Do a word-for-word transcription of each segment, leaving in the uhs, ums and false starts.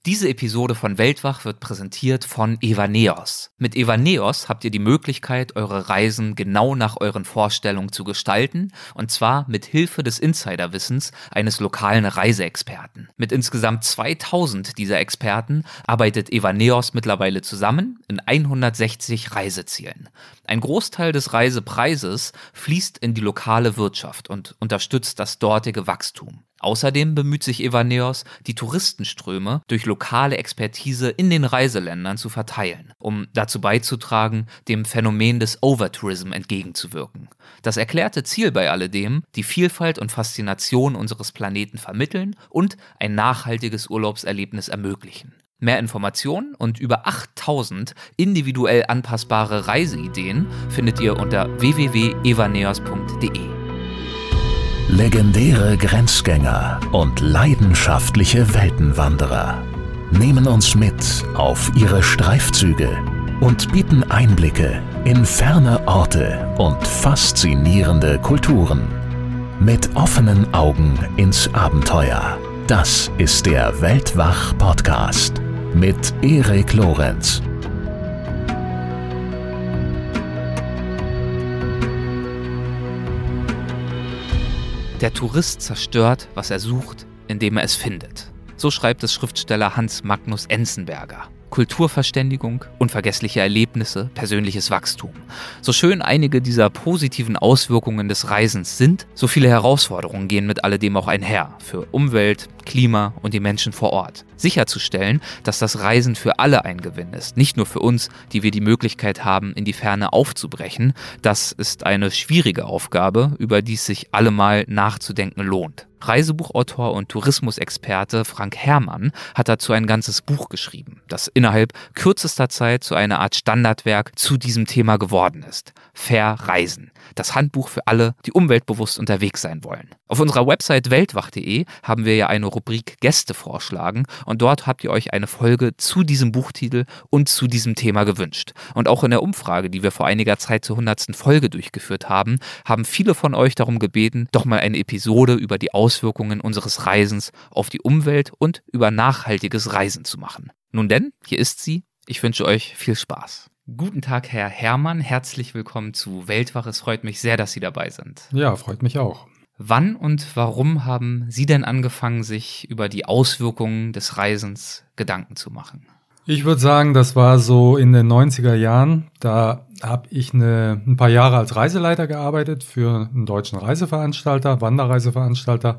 Diese Episode von Weltwach wird präsentiert von Evaneos. Mit Evaneos habt ihr die Möglichkeit, eure Reisen genau nach euren Vorstellungen zu gestalten, und zwar mit Hilfe des Insiderwissens eines lokalen Reiseexperten. Mit insgesamt zweitausend dieser Experten arbeitet Evaneos mittlerweile zusammen in hundertsechzig Reisezielen. Ein Großteil des Reisepreises fließt in die lokale Wirtschaft und unterstützt das dortige Wachstum. Außerdem bemüht sich Evaneos, die Touristenströme durch lokale Expertise in den Reiseländern zu verteilen, um dazu beizutragen, dem Phänomen des Overtourism entgegenzuwirken. Das erklärte Ziel bei alledem, die Vielfalt und Faszination unseres Planeten vermitteln und ein nachhaltiges Urlaubserlebnis ermöglichen. Mehr Informationen und über achttausend individuell anpassbare Reiseideen findet ihr unter w w w punkt evaneos punkt d e. Legendäre Grenzgänger und leidenschaftliche Weltenwanderer nehmen uns mit auf ihre Streifzüge und bieten Einblicke in ferne Orte und faszinierende Kulturen. Mit offenen Augen ins Abenteuer. Das ist der Weltwach-Podcast mit Erik Lorenz. Der Tourist zerstört, was er sucht, indem er es findet. So schreibt es Schriftsteller Hans Magnus Enzensberger. Kulturverständigung, unvergessliche Erlebnisse, persönliches Wachstum. So schön einige dieser positiven Auswirkungen des Reisens sind, so viele Herausforderungen gehen mit alledem auch einher. Für Umwelt, Klima und die Menschen vor Ort. Sicherzustellen, dass das Reisen für alle ein Gewinn ist, nicht nur für uns, die wir die Möglichkeit haben, in die Ferne aufzubrechen, das ist eine schwierige Aufgabe, über die es sich allemal nachzudenken lohnt. Reisebuchautor und Tourismusexperte Frank Herrmann hat dazu ein ganzes Buch geschrieben, das innerhalb kürzester Zeit zu einer Art Standardwerk zu diesem Thema geworden ist. Verreisen. Das Handbuch für alle, die umweltbewusst unterwegs sein wollen. Auf unserer Website weltwach punkt de haben wir ja eine Rubrik Gäste vorschlagen und dort habt ihr euch eine Folge zu diesem Buchtitel und zu diesem Thema gewünscht. Und auch in der Umfrage, die wir vor einiger Zeit zur hundertsten Folge durchgeführt haben, haben viele von euch darum gebeten, doch mal eine Episode über die Auswirkungen unseres Reisens auf die Umwelt und über nachhaltiges Reisen zu machen. Nun denn, hier ist sie. Ich wünsche euch viel Spaß. Guten Tag, Herr Herrmann. Herzlich willkommen zu Weltwach. Es freut mich sehr, dass Sie dabei sind. Ja, freut mich auch. Wann und warum haben Sie denn angefangen, sich über die Auswirkungen des Reisens Gedanken zu machen? Ich würde sagen, das war so in den neunziger Jahren. Da habe ich eine, ein paar Jahre als Reiseleiter gearbeitet für einen deutschen Reiseveranstalter, Wanderreiseveranstalter.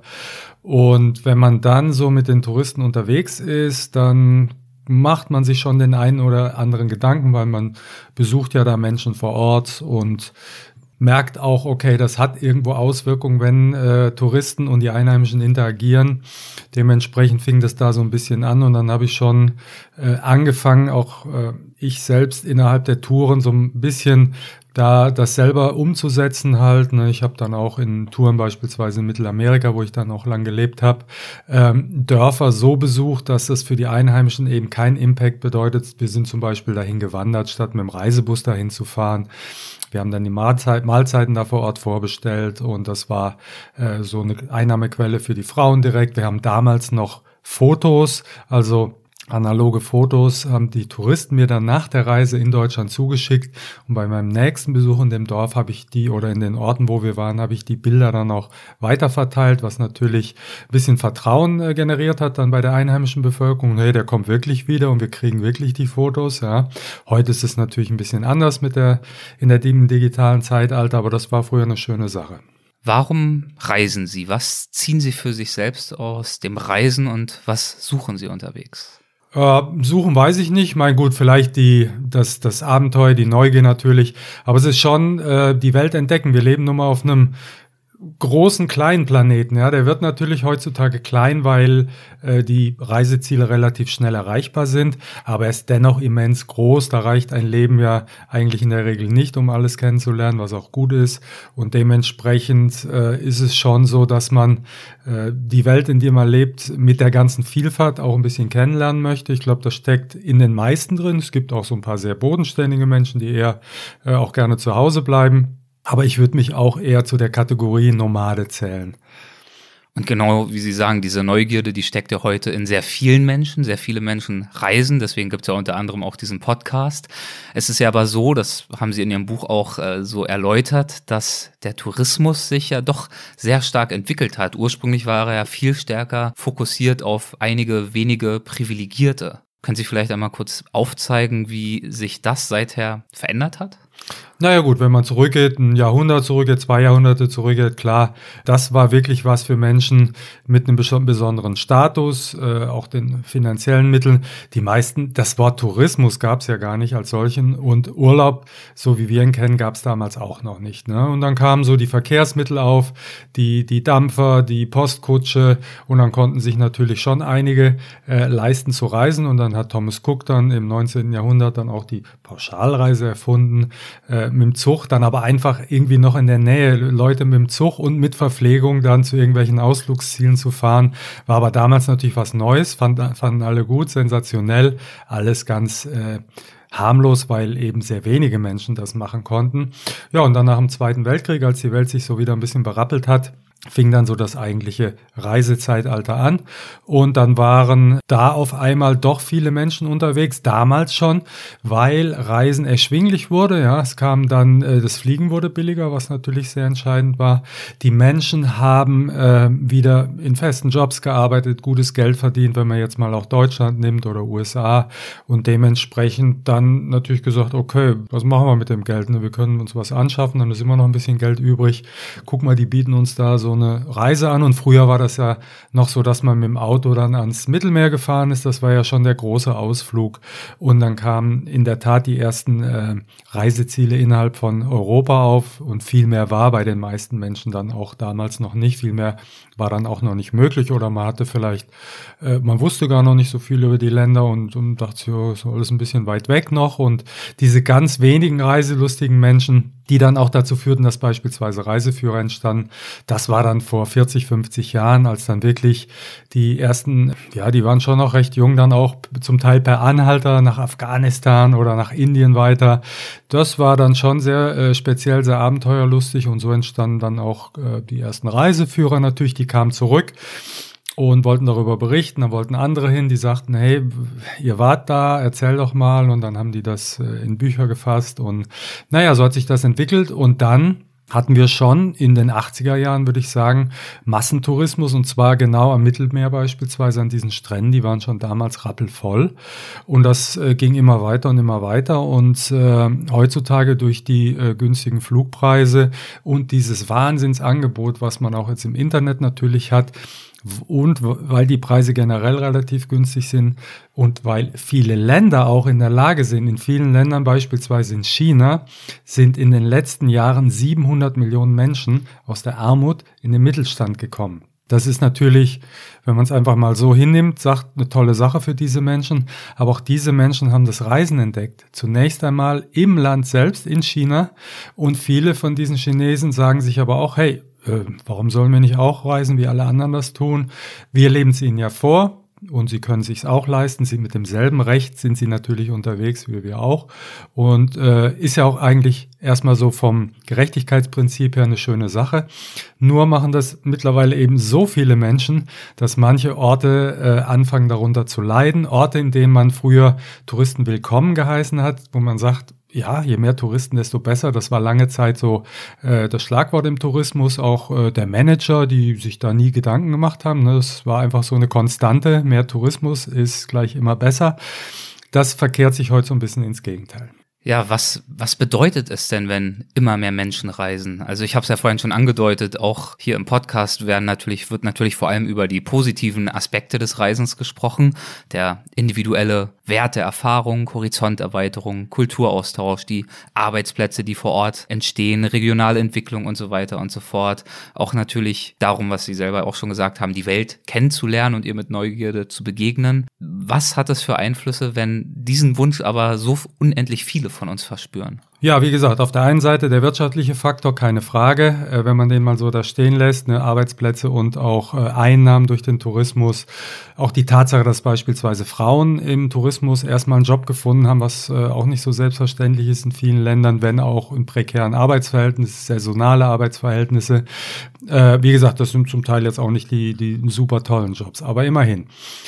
Und wenn man dann so mit den Touristen unterwegs ist, dann macht man sich schon den einen oder anderen Gedanken, weil man besucht ja da Menschen vor Ort und merkt auch, okay, das hat irgendwo Auswirkungen, wenn äh, Touristen und die Einheimischen interagieren. Dementsprechend fing das da so ein bisschen an und dann habe ich schon äh, angefangen, auch äh, ich selbst innerhalb der Touren so ein bisschen da das selber umzusetzen halt. Ne. Ich habe dann auch in Touren beispielsweise in Mittelamerika, wo ich dann auch lang gelebt habe, ähm, Dörfer so besucht, dass das für die Einheimischen eben keinen Impact bedeutet. Wir sind zum Beispiel dahin gewandert, statt mit dem Reisebus dahin zu fahren. Wir haben dann die Mahlzeit, Mahlzeiten da vor Ort vorbestellt und das war äh, so eine Einnahmequelle für die Frauen direkt. Wir haben damals noch Fotos, also analoge Fotos, haben die Touristen mir dann nach der Reise in Deutschland zugeschickt und bei meinem nächsten Besuch in dem Dorf habe ich die, oder in den Orten, wo wir waren, habe ich die Bilder dann auch weiterverteilt, was natürlich ein bisschen Vertrauen äh, generiert hat dann bei der einheimischen Bevölkerung. Hey, der kommt wirklich wieder und wir kriegen wirklich die Fotos, ja. Heute ist es natürlich ein bisschen anders mit der, in der im digitalen Zeitalter, aber das war früher eine schöne Sache. Warum reisen Sie? Was ziehen Sie für sich selbst aus dem Reisen und was suchen Sie unterwegs? Äh, suchen weiß ich nicht. Mein gut, vielleicht die das das Abenteuer, die Neugier natürlich. Aber es ist schon äh, die Welt entdecken. Wir leben nun mal auf einem großen, kleinen Planeten. Ja, der wird natürlich heutzutage klein, weil äh, die Reiseziele relativ schnell erreichbar sind. Aber er ist dennoch immens groß. Da reicht ein Leben ja eigentlich in der Regel nicht, um alles kennenzulernen, was auch gut ist. Und dementsprechend äh, ist es schon so, dass man äh, die Welt, in der man lebt, mit der ganzen Vielfalt auch ein bisschen kennenlernen möchte. Ich glaube, das steckt in den meisten drin. Es gibt auch so ein paar sehr bodenständige Menschen, die eher äh, auch gerne zu Hause bleiben. Aber ich würde mich auch eher zu der Kategorie Nomade zählen. Und genau wie Sie sagen, diese Neugierde, die steckt ja heute in sehr vielen Menschen. Sehr viele Menschen reisen, deswegen gibt es ja unter anderem auch diesen Podcast. Es ist ja aber so, das haben Sie in Ihrem Buch auch äh, so erläutert, dass der Tourismus sich ja doch sehr stark entwickelt hat. Ursprünglich war er ja viel stärker fokussiert auf einige wenige Privilegierte. Können Sie vielleicht einmal kurz aufzeigen, wie sich das seither verändert hat? Naja gut, wenn man zurückgeht, ein Jahrhundert zurückgeht, zwei Jahrhunderte zurückgeht, klar, das war wirklich was für Menschen mit einem besonderen Status, äh, auch den finanziellen Mitteln. Die meisten, das Wort Tourismus gab es ja gar nicht als solchen und Urlaub, so wie wir ihn kennen, gab es damals auch noch nicht. Ne? Und dann kamen so die Verkehrsmittel auf, die, die Dampfer, die Postkutsche und dann konnten sich natürlich schon einige äh, leisten zu reisen und dann hat Thomas Cook dann im neunzehnten Jahrhundert dann auch die Pauschalreise erfunden, äh, mit dem Zug, dann aber einfach irgendwie noch in der Nähe Leute mit dem Zug und mit Verpflegung dann zu irgendwelchen Ausflugszielen zu fahren, war aber damals natürlich was Neues, fand, fanden alle gut, sensationell, alles ganz äh, harmlos, weil eben sehr wenige Menschen das machen konnten. Ja, und dann nach dem Zweiten Weltkrieg, als die Welt sich so wieder ein bisschen berappelt hat, fing dann so das eigentliche Reisezeitalter an und dann waren da auf einmal doch viele Menschen unterwegs, damals schon, weil Reisen erschwinglich wurde, ja, es kam dann, äh, das Fliegen wurde billiger, was natürlich sehr entscheidend war. Die Menschen haben äh, wieder in festen Jobs gearbeitet, gutes Geld verdient, wenn man jetzt mal auch Deutschland nimmt oder U S A und dementsprechend dann natürlich gesagt, okay, was machen wir mit dem Geld? Wir können uns was anschaffen, dann ist immer noch ein bisschen Geld übrig. Guck mal, die bieten uns da so eine Reise an und früher war das ja noch so, dass man mit dem Auto dann ans Mittelmeer gefahren ist, das war ja schon der große Ausflug und dann kamen in der Tat die ersten äh, Reiseziele innerhalb von Europa auf und viel mehr war bei den meisten Menschen dann auch damals noch nicht, viel mehr war dann auch noch nicht möglich oder man hatte vielleicht, äh, man wusste gar noch nicht so viel über die Länder und, und dachte, ja, ist alles ein bisschen weit weg noch und diese ganz wenigen reiselustigen Menschen, die dann auch dazu führten, dass beispielsweise Reiseführer entstanden. Das war dann vor vierzig, fünfzig Jahren, als dann wirklich die ersten, ja, die waren schon noch recht jung, dann auch zum Teil per Anhalter nach Afghanistan oder nach Indien weiter. Das war dann schon sehr äh, speziell, sehr abenteuerlustig und so entstanden dann auch äh, die ersten Reiseführer natürlich, die kamen zurück und wollten darüber berichten, dann wollten andere hin, die sagten, hey, ihr wart da, erzähl doch mal und dann haben die das in Bücher gefasst und naja, so hat sich das entwickelt und dann hatten wir schon in den achtziger Jahren, würde ich sagen, Massentourismus und zwar genau am Mittelmeer beispielsweise an diesen Stränden, die waren schon damals rappelvoll und das äh, ging immer weiter und immer weiter und äh, heutzutage durch die äh, günstigen Flugpreise und dieses Wahnsinnsangebot, was man auch jetzt im Internet natürlich hat, und weil die Preise generell relativ günstig sind und weil viele Länder auch in der Lage sind, in vielen Ländern, beispielsweise in China, sind in den letzten Jahren siebenhundert Millionen Menschen aus der Armut in den Mittelstand gekommen. Das ist natürlich, wenn man es einfach mal so hinnimmt, sagt eine tolle Sache für diese Menschen. Aber auch diese Menschen haben das Reisen entdeckt. Zunächst einmal im Land selbst, in China. Und viele von diesen Chinesen sagen sich aber auch, hey, warum sollen wir nicht auch reisen, wie alle anderen das tun? Wir leben es ihnen ja vor und sie können sich's auch leisten. Sie mit demselben Recht sind sie natürlich unterwegs, wie wir auch. Und äh, ist ja auch eigentlich erstmal so vom Gerechtigkeitsprinzip her eine schöne Sache. Nur machen das mittlerweile eben so viele Menschen, dass manche Orte äh, anfangen darunter zu leiden. Orte, in denen man früher Touristen willkommen geheißen hat, wo man sagt, ja, je mehr Touristen, desto besser. Das war lange Zeit so äh, das Schlagwort im Tourismus. Auch äh, der Manager, die sich da nie Gedanken gemacht haben. Ne? Das war einfach so eine Konstante. Mehr Tourismus ist gleich immer besser. Das verkehrt sich heute so ein bisschen ins Gegenteil. Ja, was was bedeutet es denn, wenn immer mehr Menschen reisen? Also ich habe es ja vorhin schon angedeutet, auch hier im Podcast werden natürlich wird natürlich vor allem über die positiven Aspekte des Reisens gesprochen, der individuelle Wert der Erfahrung, Horizonterweiterung, Kulturaustausch, die Arbeitsplätze, die vor Ort entstehen, regionale Entwicklung und so weiter und so fort. Auch natürlich darum, was Sie selber auch schon gesagt haben, die Welt kennenzulernen und ihr mit Neugierde zu begegnen. Was hat es für Einflüsse, wenn diesen Wunsch aber so unendlich viele von uns verspüren? Ja, wie gesagt, auf der einen Seite der wirtschaftliche Faktor, keine Frage, äh, wenn man den mal so da stehen lässt, ne, Arbeitsplätze und auch äh, Einnahmen durch den Tourismus. Auch die Tatsache, dass beispielsweise Frauen im Tourismus erstmal einen Job gefunden haben, was äh, auch nicht so selbstverständlich ist in vielen Ländern, wenn auch in prekären Arbeitsverhältnissen, saisonale Arbeitsverhältnisse. Äh, wie gesagt, das sind zum Teil jetzt auch nicht die, die super tollen Jobs, aber immerhin.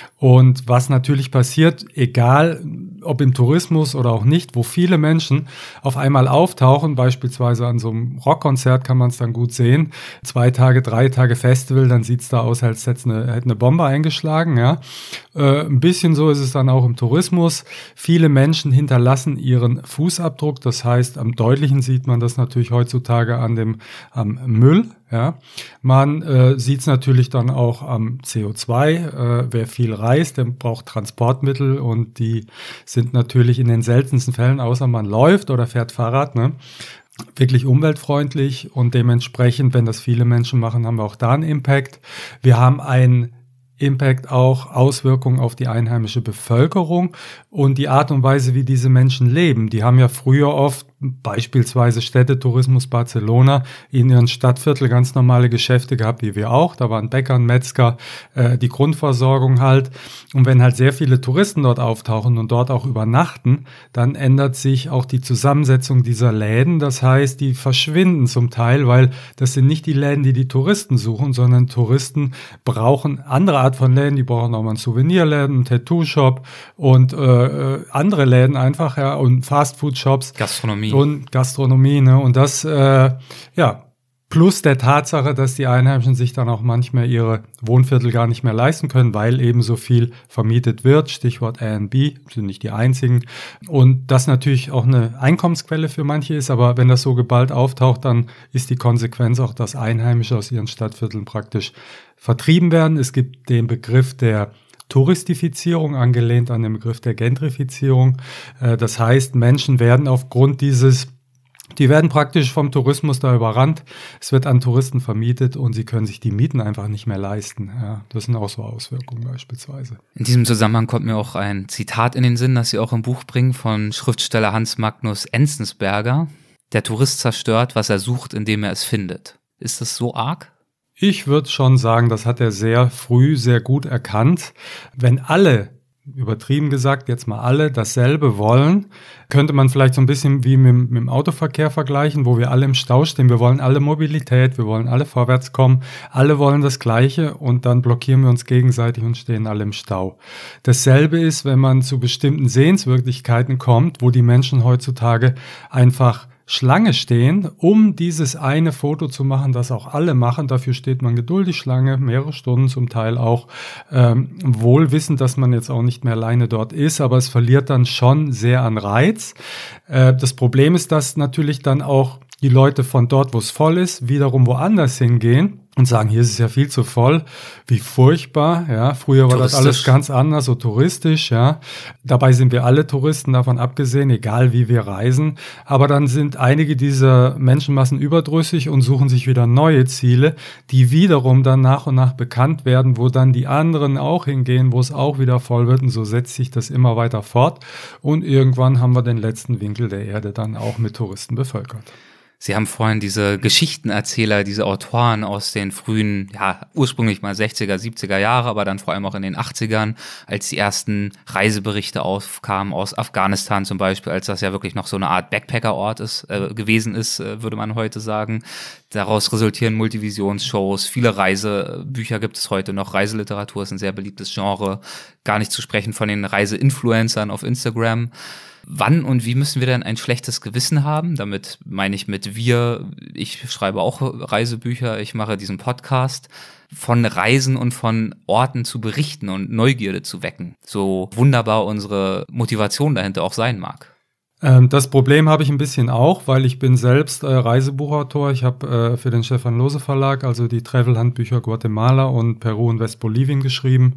Und was natürlich passiert, egal ob im Tourismus oder auch nicht, wo viele Menschen auf einmal auftauchen, beispielsweise an so einem Rockkonzert kann man es dann gut sehen, zwei Tage, drei Tage Festival, dann sieht es da aus, als hätte eine, hätte eine Bombe eingeschlagen. Ja. Äh, ein bisschen so ist es dann auch im Tourismus. Viele Menschen hinterlassen ihren Fußabdruck, das heißt, am deutlichen sieht man das natürlich heutzutage an dem am Müll. Ja, man äh, sieht es natürlich dann auch am C O zwei. Äh, wer viel reist, der braucht Transportmittel und die sind natürlich in den seltensten Fällen, außer man läuft oder fährt Fahrrad, ne, wirklich umweltfreundlich und dementsprechend, wenn das viele Menschen machen, haben wir auch da einen Impact. Wir haben einen Impact auch Auswirkungen auf die einheimische Bevölkerung und die Art und Weise, wie diese Menschen leben. Die haben ja früher oft beispielsweise Städtetourismus Barcelona in ihren Stadtviertel ganz normale Geschäfte gehabt, wie wir auch. Da waren Bäcker, Metzger, äh, die Grundversorgung halt. Und wenn halt sehr viele Touristen dort auftauchen und dort auch übernachten, dann ändert sich auch die Zusammensetzung dieser Läden. Das heißt, die verschwinden zum Teil, weil das sind nicht die Läden, die die Touristen suchen, sondern Touristen brauchen andere Art von Läden. Die brauchen auch mal einen Souvenirläden, einen Tattoo-Shop und äh, andere Läden einfach, ja, und Fastfood-Shops. Gastronomie. Und Gastronomie, ne? Und das, äh, ja, plus der Tatsache, dass die Einheimischen sich dann auch manchmal ihre Wohnviertel gar nicht mehr leisten können, weil eben so viel vermietet wird. Stichwort Airbnb, sind nicht die einzigen. Und das natürlich auch eine Einkommensquelle für manche ist, aber wenn das so geballt auftaucht, dann ist die Konsequenz auch, dass Einheimische aus ihren Stadtvierteln praktisch vertrieben werden. Es gibt den Begriff der Touristifizierung, angelehnt an den Begriff der Gentrifizierung. Das heißt, Menschen werden aufgrund dieses, die werden praktisch vom Tourismus da überrannt. Es wird an Touristen vermietet und sie können sich die Mieten einfach nicht mehr leisten. Ja, das sind auch so Auswirkungen beispielsweise. In diesem Zusammenhang kommt mir auch ein Zitat in den Sinn, das Sie auch im Buch bringen, von Schriftsteller Hans Magnus Enzensberger. Der Tourist zerstört, was er sucht, indem er es findet. Ist das so arg? Ich würde schon sagen, das hat er sehr früh, sehr gut erkannt. Wenn alle, übertrieben gesagt, jetzt mal alle dasselbe wollen, könnte man vielleicht so ein bisschen wie mit, mit dem Autoverkehr vergleichen, wo wir alle im Stau stehen. Wir wollen alle Mobilität, wir wollen alle vorwärts kommen, alle wollen das Gleiche und dann blockieren wir uns gegenseitig und stehen alle im Stau. Dasselbe ist, wenn man zu bestimmten Sehenswürdigkeiten kommt, wo die Menschen heutzutage einfach Schlange stehen, um dieses eine Foto zu machen, das auch alle machen. Dafür steht man geduldig Schlange, mehrere Stunden zum Teil auch, ähm, wohl wissend, dass man jetzt auch nicht mehr alleine dort ist, aber es verliert dann schon sehr an Reiz. Äh, das Problem ist, dass natürlich dann auch die Leute von dort, wo es voll ist, wiederum woanders hingehen und sagen, hier ist es ja viel zu voll, wie furchtbar, ja, früher war das alles ganz anders, so touristisch, ja, dabei sind wir alle Touristen, davon abgesehen, egal wie wir reisen, aber dann sind einige dieser Menschenmassen überdrüssig und suchen sich wieder neue Ziele, die wiederum dann nach und nach bekannt werden, wo dann die anderen auch hingehen, wo es auch wieder voll wird und so setzt sich das immer weiter fort und irgendwann haben wir den letzten Winkel der Erde dann auch mit Touristen bevölkert. Sie haben vorhin diese Geschichtenerzähler, diese Autoren aus den frühen, ja, ursprünglich mal sechziger, siebziger Jahre, aber dann vor allem auch in den achtzigern, als die ersten Reiseberichte aufkamen aus Afghanistan zum Beispiel, als das ja wirklich noch so eine Art Backpacker-Ort ist, äh, gewesen ist, äh, würde man heute sagen. Daraus resultieren Multivisionsshows, viele Reisebücher gibt es heute noch. Reiseliteratur ist ein sehr beliebtes Genre, gar nicht zu sprechen von den Reiseinfluencern auf Instagram. Wann und wie müssen wir denn ein schlechtes Gewissen haben? Damit meine ich mit wir, ich schreibe auch Reisebücher, ich mache diesen Podcast, von Reisen und von Orten zu berichten und Neugierde zu wecken. So wunderbar unsere Motivation dahinter auch sein mag. Das Problem habe ich ein bisschen auch, weil ich bin selbst äh, Reisebuchautor. Ich habe äh, für den Stefan Lohse Verlag also die Travel-Handbücher Guatemala und Peru und Westbolivien geschrieben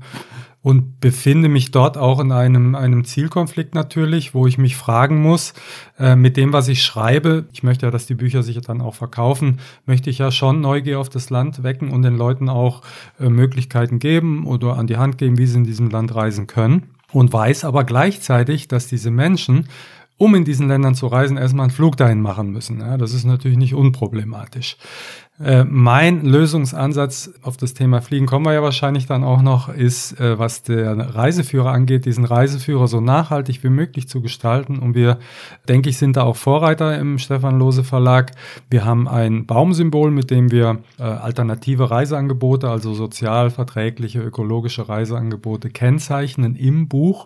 und befinde mich dort auch in einem, einem Zielkonflikt natürlich, wo ich mich fragen muss, äh, mit dem, was ich schreibe, ich möchte ja, dass die Bücher sich dann auch verkaufen, möchte ich ja schon Neugier auf das Land wecken und den Leuten auch äh, Möglichkeiten geben oder an die Hand geben, wie sie in diesem Land reisen können und weiß aber gleichzeitig, dass diese Menschen um in diesen Ländern zu reisen, erstmal einen Flug dahin machen müssen. Ja, das ist natürlich nicht unproblematisch. Äh, mein Lösungsansatz auf das Thema Fliegen kommen wir ja wahrscheinlich dann auch noch, ist, äh, was der Reiseführer angeht, diesen Reiseführer so nachhaltig wie möglich zu gestalten. Und wir, denke ich, sind da auch Vorreiter im Stefan Lohse Verlag. Wir haben ein Baumsymbol, mit dem wir äh, alternative Reiseangebote, also sozial verträgliche, ökologische Reiseangebote kennzeichnen im Buch,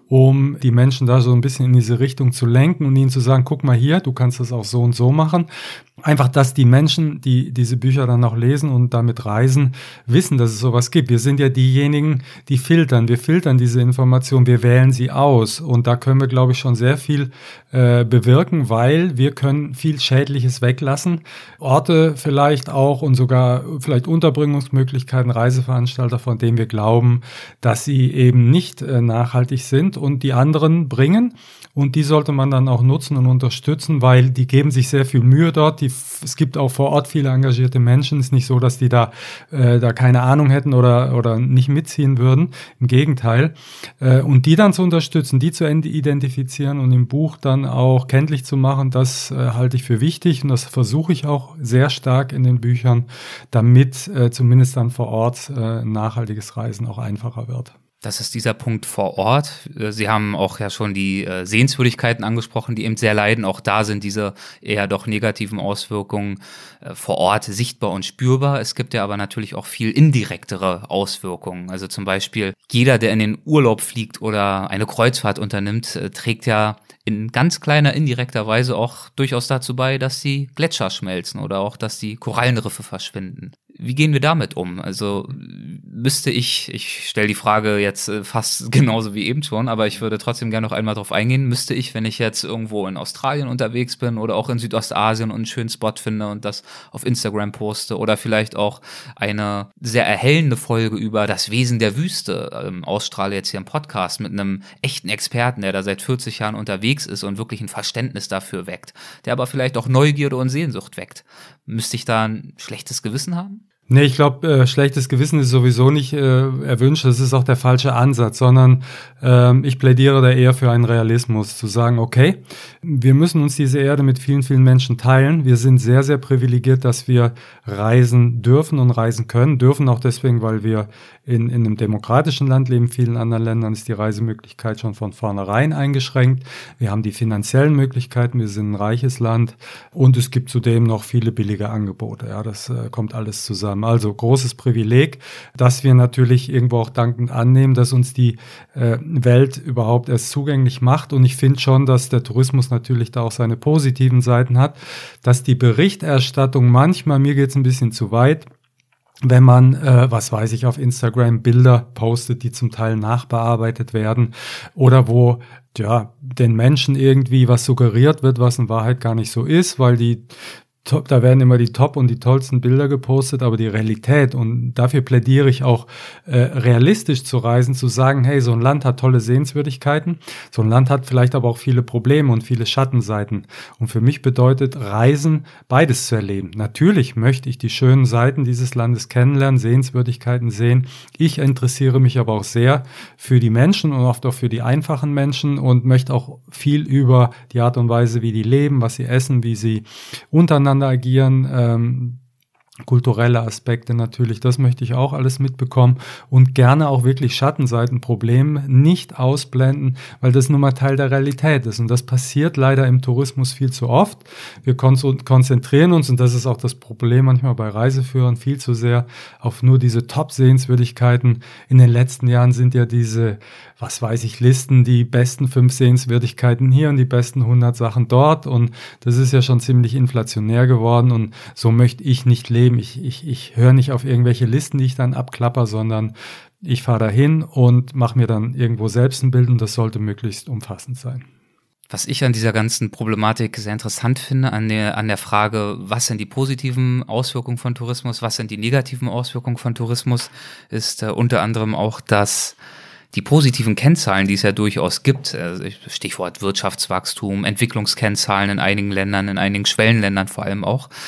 um die Menschen da so ein bisschen in diese Richtung zu lenken und ihnen zu sagen, guck mal hier, du kannst das auch so und so machen. Einfach, dass die Menschen, die diese Bücher dann auch lesen und damit reisen, wissen, dass es sowas gibt. Wir sind ja diejenigen, die filtern. Wir filtern diese Informationen, wir wählen sie aus. Und da können wir, glaube ich, schon sehr viel äh, bewirken, weil wir können viel Schädliches weglassen. Orte vielleicht auch und sogar vielleicht Unterbringungsmöglichkeiten, Reiseveranstalter, von denen wir glauben, dass sie eben nicht äh, nachhaltig sind und die anderen bringen. Und die sollte man dann auch nutzen und unterstützen, weil die geben sich sehr viel Mühe dort. Die, es gibt auch vor Ort viele engagierte Menschen. Es ist nicht so, dass die da, äh, da keine Ahnung hätten oder, oder nicht mitziehen würden. Im Gegenteil. Äh, und die dann zu unterstützen, die zu identifizieren und im Buch dann auch kenntlich zu machen, das äh, halte ich für wichtig. Und das versuche ich auch sehr stark in den Büchern, damit äh, zumindest dann vor Ort äh, nachhaltiges Reisen auch einfacher wird. Das ist dieser Punkt vor Ort. Sie haben auch ja schon die Sehenswürdigkeiten angesprochen, die eben sehr leiden. Auch da sind diese eher doch negativen Auswirkungen vor Ort sichtbar und spürbar. Es gibt ja aber natürlich auch viel indirektere Auswirkungen. Also zum Beispiel jeder, der in den Urlaub fliegt oder eine Kreuzfahrt unternimmt, trägt ja in ganz kleiner indirekter Weise auch durchaus dazu bei, dass die Gletscher schmelzen oder auch, dass die Korallenriffe verschwinden. Wie gehen wir damit um? Also müsste ich, ich stelle die Frage jetzt fast genauso wie eben schon, aber ich würde trotzdem gerne noch einmal drauf eingehen, müsste ich, wenn ich jetzt irgendwo in Australien unterwegs bin oder auch in Südostasien und einen schönen Spot finde und das auf Instagram poste oder vielleicht auch eine sehr erhellende Folge über das Wesen der Wüste ähm, ausstrahle jetzt hier im Podcast mit einem echten Experten, der da seit vierzig Jahren unterwegs ist und wirklich ein Verständnis dafür weckt, der aber vielleicht auch Neugierde und Sehnsucht weckt. Müsste ich da ein schlechtes Gewissen haben? Nee, ich glaube, äh, schlechtes Gewissen ist sowieso nicht äh, erwünscht. Das ist auch der falsche Ansatz, sondern ähm, ich plädiere da eher für einen Realismus, zu sagen, okay, wir müssen uns diese Erde mit vielen, vielen Menschen teilen. Wir sind sehr, sehr privilegiert, dass wir reisen dürfen und reisen können. Dürfen auch deswegen, weil wir in, in einem demokratischen Land leben. In vielen anderen Ländern ist die Reisemöglichkeit schon von vornherein eingeschränkt. Wir haben die finanziellen Möglichkeiten. Wir sind ein reiches Land und es gibt zudem noch viele billige Angebote. Ja, das äh, kommt alles zusammen. Also großes Privileg, dass wir natürlich irgendwo auch dankend annehmen, dass uns die äh, Welt überhaupt erst zugänglich macht. Und ich finde schon, dass der Tourismus natürlich da auch seine positiven Seiten hat, dass die Berichterstattung manchmal, mir geht's ein bisschen zu weit, wenn man, äh, was weiß ich, auf Instagram Bilder postet, die zum Teil nachbearbeitet werden oder wo ja den Menschen irgendwie was suggeriert wird, was in Wahrheit gar nicht so ist, weil die Top, da werden immer die top und die tollsten Bilder gepostet, aber die Realität, und dafür plädiere ich auch, äh, realistisch zu reisen, zu sagen, hey, so ein Land hat tolle Sehenswürdigkeiten, so ein Land hat vielleicht aber auch viele Probleme und viele Schattenseiten. Und für mich bedeutet Reisen, beides zu erleben. Natürlich möchte ich die schönen Seiten dieses Landes kennenlernen, Sehenswürdigkeiten sehen. Ich interessiere mich aber auch sehr für die Menschen und oft auch für die einfachen Menschen und möchte auch viel über die Art und Weise, wie die leben, was sie essen, wie sie untereinander agieren, ähm, kulturelle Aspekte natürlich, das möchte ich auch alles mitbekommen und gerne auch wirklich Schattenseiten, Probleme nicht ausblenden, weil das nun mal Teil der Realität ist und das passiert leider im Tourismus viel zu oft. Wir konzentrieren uns, und das ist auch das Problem manchmal bei Reiseführern, viel zu sehr auf nur diese Top-Sehenswürdigkeiten. In den letzten Jahren sind ja diese, was weiß ich, Listen, die besten fünf Sehenswürdigkeiten hier und die besten hundert Sachen dort, und das ist ja schon ziemlich inflationär geworden und so möchte ich nicht leben. Ich, ich, ich höre nicht auf irgendwelche Listen, die ich dann abklapper, sondern ich fahre dahin und mache mir dann irgendwo selbst ein Bild und das sollte möglichst umfassend sein. Was ich an dieser ganzen Problematik sehr interessant finde, an der, an der Frage, was sind die positiven Auswirkungen von Tourismus, was sind die negativen Auswirkungen von Tourismus, ist äh, unter anderem auch, dass die positiven Kennzahlen, die es ja durchaus gibt, Stichwort Wirtschaftswachstum, Entwicklungskennzahlen in einigen Ländern, in einigen Schwellenländern vor allem auch,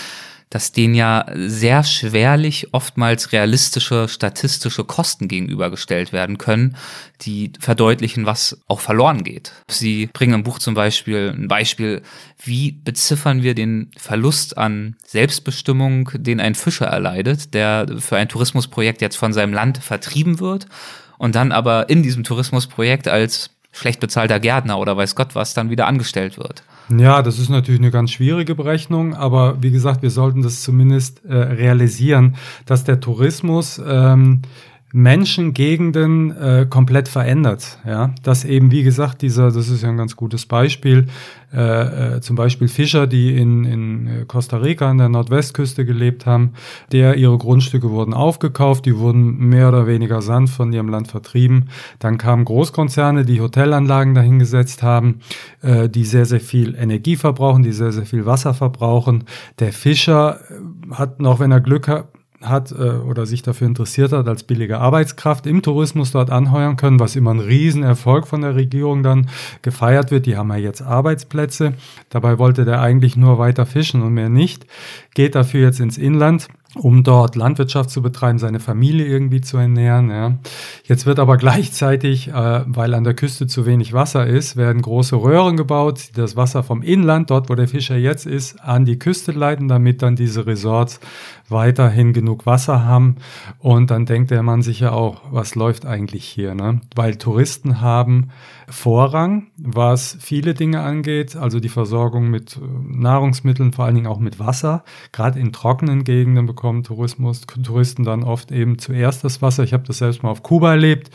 dass denen ja sehr schwerlich oftmals realistische statistische Kosten gegenübergestellt werden können, die verdeutlichen, was auch verloren geht. Sie bringen im Buch zum Beispiel ein Beispiel, wie beziffern wir den Verlust an Selbstbestimmung, den ein Fischer erleidet, der für ein Tourismusprojekt jetzt von seinem Land vertrieben wird und dann aber in diesem Tourismusprojekt als schlecht bezahlter Gärtner oder weiß Gott was dann wieder angestellt wird. Ja, das ist natürlich eine ganz schwierige Berechnung, aber wie gesagt, wir sollten das zumindest äh, realisieren, dass der Tourismus ähm, Menschen, Gegenden äh, komplett verändert. Ja, dass eben, wie gesagt, dieser, das ist ja ein ganz gutes Beispiel, äh, äh, zum Beispiel Fischer, die in, in Costa Rica an der Nordwestküste gelebt haben, der ihre Grundstücke wurden aufgekauft, die wurden mehr oder weniger sanft von ihrem Land vertrieben. Dann kamen Großkonzerne, die Hotelanlagen dahingesetzt haben, äh, die sehr, sehr viel Energie verbrauchen, die sehr, sehr viel Wasser verbrauchen. Der Fischer hat, noch wenn er Glück hat, hat äh, oder sich dafür interessiert hat, als billige Arbeitskraft im Tourismus dort anheuern können, was immer ein Riesenerfolg von der Regierung dann gefeiert wird. Die haben ja jetzt Arbeitsplätze. Dabei wollte der eigentlich nur weiter fischen und mehr nicht. Geht dafür jetzt ins Inland, um dort Landwirtschaft zu betreiben, seine Familie irgendwie zu ernähren. Ja. Jetzt wird aber gleichzeitig, äh, weil an der Küste zu wenig Wasser ist, werden große Röhren gebaut, die das Wasser vom Inland, dort wo der Fischer jetzt ist, an die Küste leiten, damit dann diese Resorts weiterhin genug Wasser haben. Und dann denkt der Mann sich ja auch, was läuft eigentlich hier? Ne? Weil Touristen haben Vorrang, was viele Dinge angeht, also die Versorgung mit Nahrungsmitteln, vor allen Dingen auch mit Wasser. Gerade in trockenen Gegenden bekommen Tourismus, Touristen dann oft eben zuerst das Wasser. Ich habe das selbst mal auf Kuba erlebt,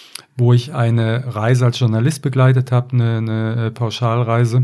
wo ich eine Reise als Journalist begleitet habe, eine, eine Pauschalreise.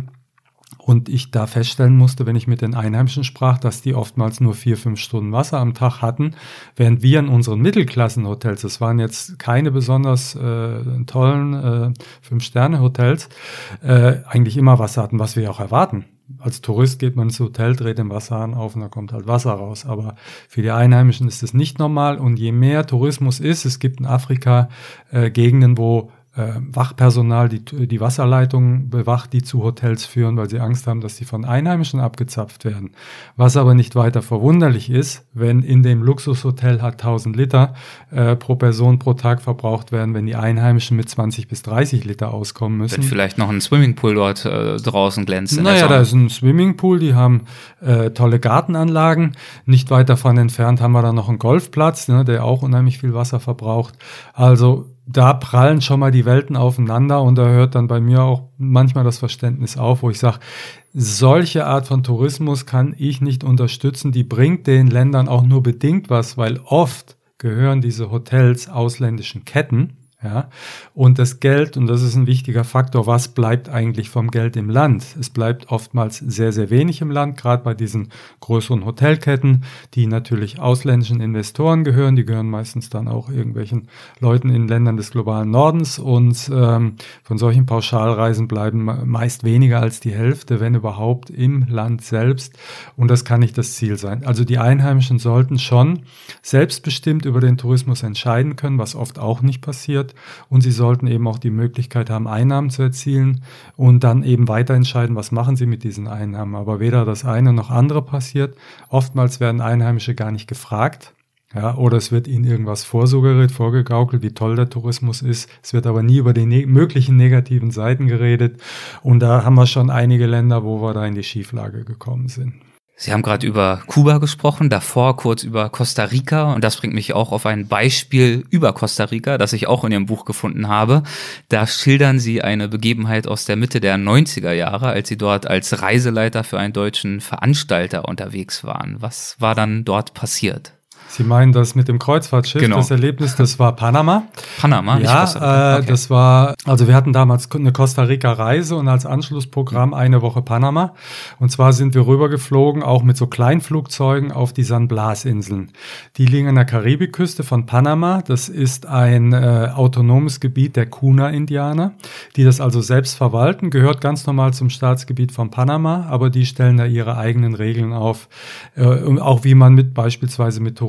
Und ich da feststellen musste, wenn ich mit den Einheimischen sprach, dass die oftmals nur vier, fünf Stunden Wasser am Tag hatten, während wir in unseren Mittelklassenhotels, das waren jetzt keine besonders äh, tollen äh, Fünf-Sterne-Hotels, äh, eigentlich immer Wasser hatten, was wir auch erwarten. Als Tourist geht man ins Hotel, dreht den Wasserhahn auf und da kommt halt Wasser raus. Aber für die Einheimischen ist das nicht normal. Und je mehr Tourismus ist, es gibt in Afrika äh, Gegenden, wo Äh, Wachpersonal, die die Wasserleitungen bewacht, die zu Hotels führen, weil sie Angst haben, dass sie von Einheimischen abgezapft werden. Was aber nicht weiter verwunderlich ist, wenn in dem Luxushotel halt tausend Liter äh, pro Person pro Tag verbraucht werden, wenn die Einheimischen mit zwanzig bis dreißig Liter auskommen müssen. Wird vielleicht noch ein Swimmingpool dort äh, draußen glänzt. Naja, da ist ein Swimmingpool, die haben äh, tolle Gartenanlagen. Nicht weit davon entfernt haben wir dann noch einen Golfplatz, ne, der auch unheimlich viel Wasser verbraucht. Also da prallen schon mal die Welten aufeinander und da hört dann bei mir auch manchmal das Verständnis auf, wo ich sage, solche Art von Tourismus kann ich nicht unterstützen, die bringt den Ländern auch nur bedingt was, weil oft gehören diese Hotels ausländischen Ketten. Ja, und das Geld, und das ist ein wichtiger Faktor, was bleibt eigentlich vom Geld im Land? Es bleibt oftmals sehr, sehr wenig im Land, gerade bei diesen größeren Hotelketten, die natürlich ausländischen Investoren gehören. Die gehören meistens dann auch irgendwelchen Leuten in Ländern des globalen Nordens und ähm, von solchen Pauschalreisen bleiben meist weniger als die Hälfte, wenn überhaupt, im Land selbst. Und das kann nicht das Ziel sein. Also die Einheimischen sollten schon selbstbestimmt über den Tourismus entscheiden können, was oft auch nicht passiert. Und sie sollten eben auch die Möglichkeit haben, Einnahmen zu erzielen und dann eben weiter entscheiden, was machen sie mit diesen Einnahmen. Aber weder das eine noch andere passiert. Oftmals werden Einheimische gar nicht gefragt. Ja, oder es wird ihnen irgendwas vorsuggeriert, vorgegaukelt, wie toll der Tourismus ist. Es wird aber nie über die ne- möglichen negativen Seiten geredet. Und da haben wir schon einige Länder, wo wir da in die Schieflage gekommen sind. Sie haben gerade über Kuba gesprochen, davor kurz über Costa Rica und das bringt mich auch auf ein Beispiel über Costa Rica, das ich auch in Ihrem Buch gefunden habe. Da schildern Sie eine Begebenheit aus der Mitte der neunziger Jahre, als Sie dort als Reiseleiter für einen deutschen Veranstalter unterwegs waren. Was war dann dort passiert? Sie meinen das mit dem Kreuzfahrtschiff, genau. Das Erlebnis, das war Panama. Panama, ja, nicht Costa Rica. Okay. äh, das war, also wir hatten damals eine Costa Rica Reise und als Anschlussprogramm eine Woche Panama. Und zwar sind wir rübergeflogen, auch mit so Kleinflugzeugen auf die San Blas Inseln. Die liegen an der Karibikküste von Panama. Das ist ein äh, autonomes Gebiet der Kuna-Indianer, die das also selbst verwalten, gehört ganz normal zum Staatsgebiet von Panama, aber die stellen da ihre eigenen Regeln auf, äh, auch wie man mit beispielsweise mit Tourismus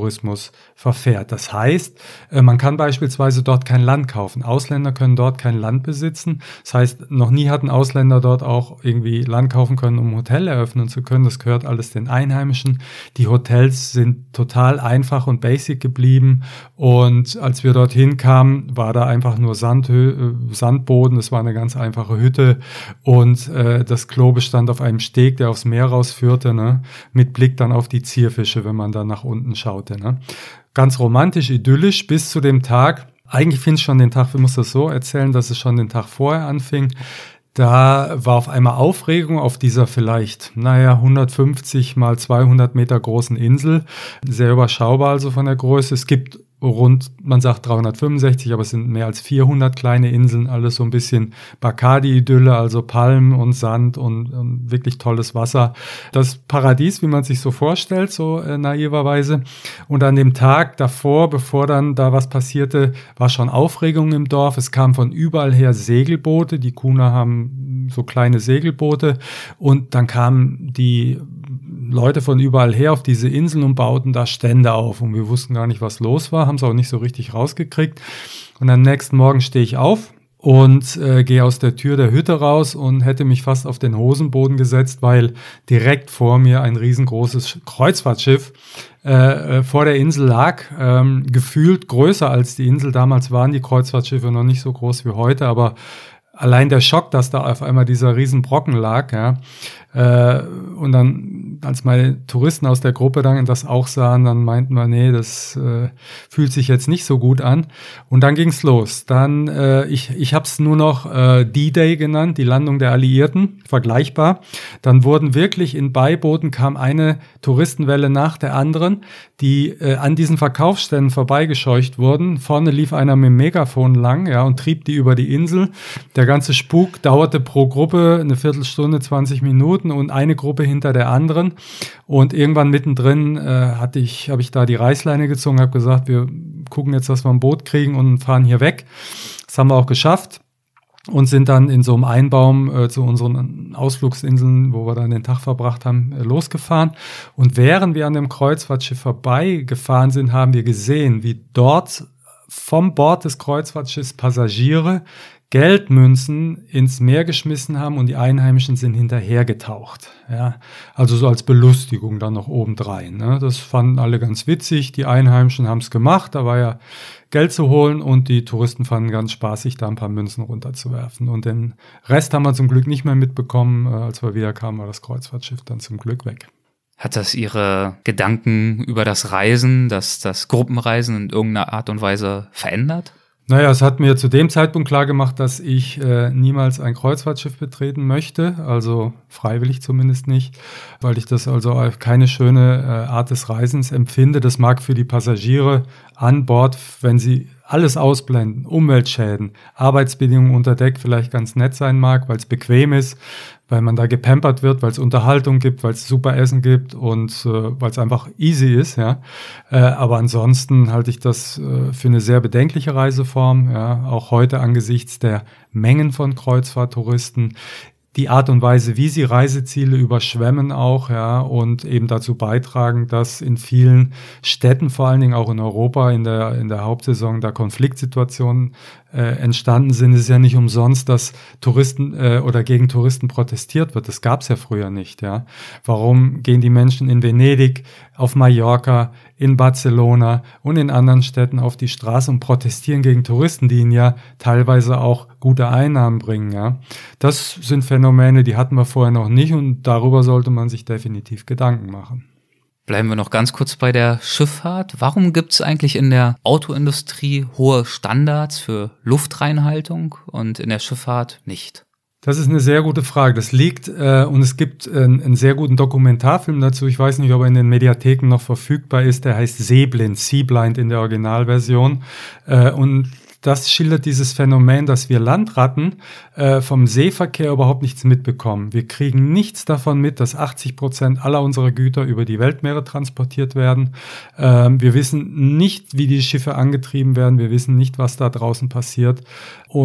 Tourismus verfährt. Das heißt, man kann beispielsweise dort kein Land kaufen. Ausländer können dort kein Land besitzen. Das heißt, noch nie hatten Ausländer dort auch irgendwie Land kaufen können, um ein Hotel eröffnen zu können. Das gehört alles den Einheimischen. Die Hotels sind total einfach und basic geblieben. Und als wir dorthin kamen, war da einfach nur Sand, Sandboden. Es war eine ganz einfache Hütte. Und äh, das Klo bestand auf einem Steg, der aufs Meer rausführte, ne? Mit Blick dann auf die Zierfische, wenn man dann nach unten schaute. Ne? Ganz romantisch, idyllisch bis zu dem Tag. Eigentlich finde ich schon den Tag, ich muss das so erzählen, dass es schon den Tag vorher anfing. Da war auf einmal Aufregung auf dieser vielleicht, naja, hundertfünfzig mal zweihundert Meter großen Insel. Sehr überschaubar also von der Größe. Es gibt rund, man sagt dreihundertfünfundsechzig, aber es sind mehr als vierhundert kleine Inseln, alles so ein bisschen Bacardi-Idylle, also Palmen und Sand und, und wirklich tolles Wasser. Das Paradies, wie man sich so vorstellt, so äh, naiverweise. Und an dem Tag davor, bevor dann da was passierte, war schon Aufregung im Dorf. Es kamen von überall her Segelboote, die Kuna haben so kleine Segelboote und dann kamen die Leute von überall her auf diese Inseln und bauten da Stände auf und wir wussten gar nicht, was los war, haben es auch nicht so richtig rausgekriegt. Und am nächsten Morgen stehe ich auf und äh, gehe aus der Tür der Hütte raus und hätte mich fast auf den Hosenboden gesetzt, weil direkt vor mir ein riesengroßes Kreuzfahrtschiff äh, vor der Insel lag, ähm, gefühlt größer als die Insel. Damals waren die Kreuzfahrtschiffe noch nicht so groß wie heute, aber allein der Schock, dass da auf einmal dieser Riesenbrocken lag, ja, äh, und dann, als meine Touristen aus der Gruppe dann das auch sahen, dann meinten wir, nee, das äh, fühlt sich jetzt nicht so gut an. Und dann ging's los. Dann, äh, ich, ich habe es nur noch äh, D-Day genannt, die Landung der Alliierten, vergleichbar. Dann wurden wirklich in Beibooten kam eine Touristenwelle nach der anderen, die äh, an diesen Verkaufsständen vorbeigescheucht wurden. Vorne lief einer mit dem Megafon lang, ja, und trieb die über die Insel. Der ganze Spuk dauerte pro Gruppe eine Viertelstunde, zwanzig Minuten und eine Gruppe hinter der anderen. Und irgendwann mittendrin äh, hatte ich, habe ich da die Reißleine gezogen, habe gesagt, wir gucken jetzt, dass wir ein Boot kriegen und fahren hier weg. Das haben wir auch geschafft und sind dann in so einem Einbaum äh, zu unseren Ausflugsinseln, wo wir dann den Tag verbracht haben, äh, losgefahren. Und während wir an dem Kreuzfahrtschiff vorbeigefahren sind, haben wir gesehen, wie dort vom Bord des Kreuzfahrtschiffs Passagiere Geldmünzen ins Meer geschmissen haben und die Einheimischen sind hinterhergetaucht. Ja, also so als Belustigung dann noch obendrein. Ne? Das fanden alle ganz witzig. Die Einheimischen haben es gemacht. Da war ja Geld zu holen und die Touristen fanden ganz spaßig, da ein paar Münzen runterzuwerfen. Und den Rest haben wir zum Glück nicht mehr mitbekommen. Als wir wieder kamen, war das Kreuzfahrtschiff dann zum Glück weg. Hat das Ihre Gedanken über das Reisen, das, das Gruppenreisen in irgendeiner Art und Weise verändert? Naja, es hat mir zu dem Zeitpunkt klar gemacht, dass ich äh, niemals ein Kreuzfahrtschiff betreten möchte, also freiwillig zumindest nicht, weil ich das also als keine schöne äh, Art des Reisens empfinde. Das mag für die Passagiere an Bord, wenn sie alles ausblenden, Umweltschäden, Arbeitsbedingungen unter Deck vielleicht ganz nett sein mag, weil es bequem ist, weil man da gepampert wird, weil es Unterhaltung gibt, weil es super Essen gibt und äh, weil es einfach easy ist, ja. Äh, aber ansonsten halte ich das äh, für eine sehr bedenkliche Reiseform, ja, auch heute angesichts der Mengen von Kreuzfahrttouristen. Die Art und Weise, wie sie Reiseziele überschwemmen auch, ja, und eben dazu beitragen, dass in vielen Städten, vor allen Dingen auch in Europa, in der, in der Hauptsaison da Konfliktsituationen äh, entstanden sind. Es ist ja nicht umsonst, dass Touristen äh, oder gegen Touristen protestiert wird. Das gab es ja früher nicht, ja. Warum gehen die Menschen in Venedig, auf Mallorca, in Barcelona und in anderen Städten auf die Straße und protestieren gegen Touristen, die ihnen ja teilweise auch gute Einnahmen bringen, ja. Das sind Phänomene, die hatten wir vorher noch nicht und darüber sollte man sich definitiv Gedanken machen. Bleiben wir noch ganz kurz bei der Schifffahrt. Warum gibt es eigentlich in der Autoindustrie hohe Standards für Luftreinhaltung und in der Schifffahrt nicht? Das ist eine sehr gute Frage. Das liegt, äh, und es gibt äh, einen sehr guten Dokumentarfilm dazu. Ich weiß nicht, ob er in den Mediatheken noch verfügbar ist. Der heißt Seeblind, Seablind in der Originalversion. Äh, und das schildert dieses Phänomen, dass wir Landratten äh, vom Seeverkehr überhaupt nichts mitbekommen. Wir kriegen nichts davon mit, dass achtzig Prozent aller unserer Güter über die Weltmeere transportiert werden. Ähm, wir wissen nicht, wie die Schiffe angetrieben werden. Wir wissen nicht, was da draußen passiert. Und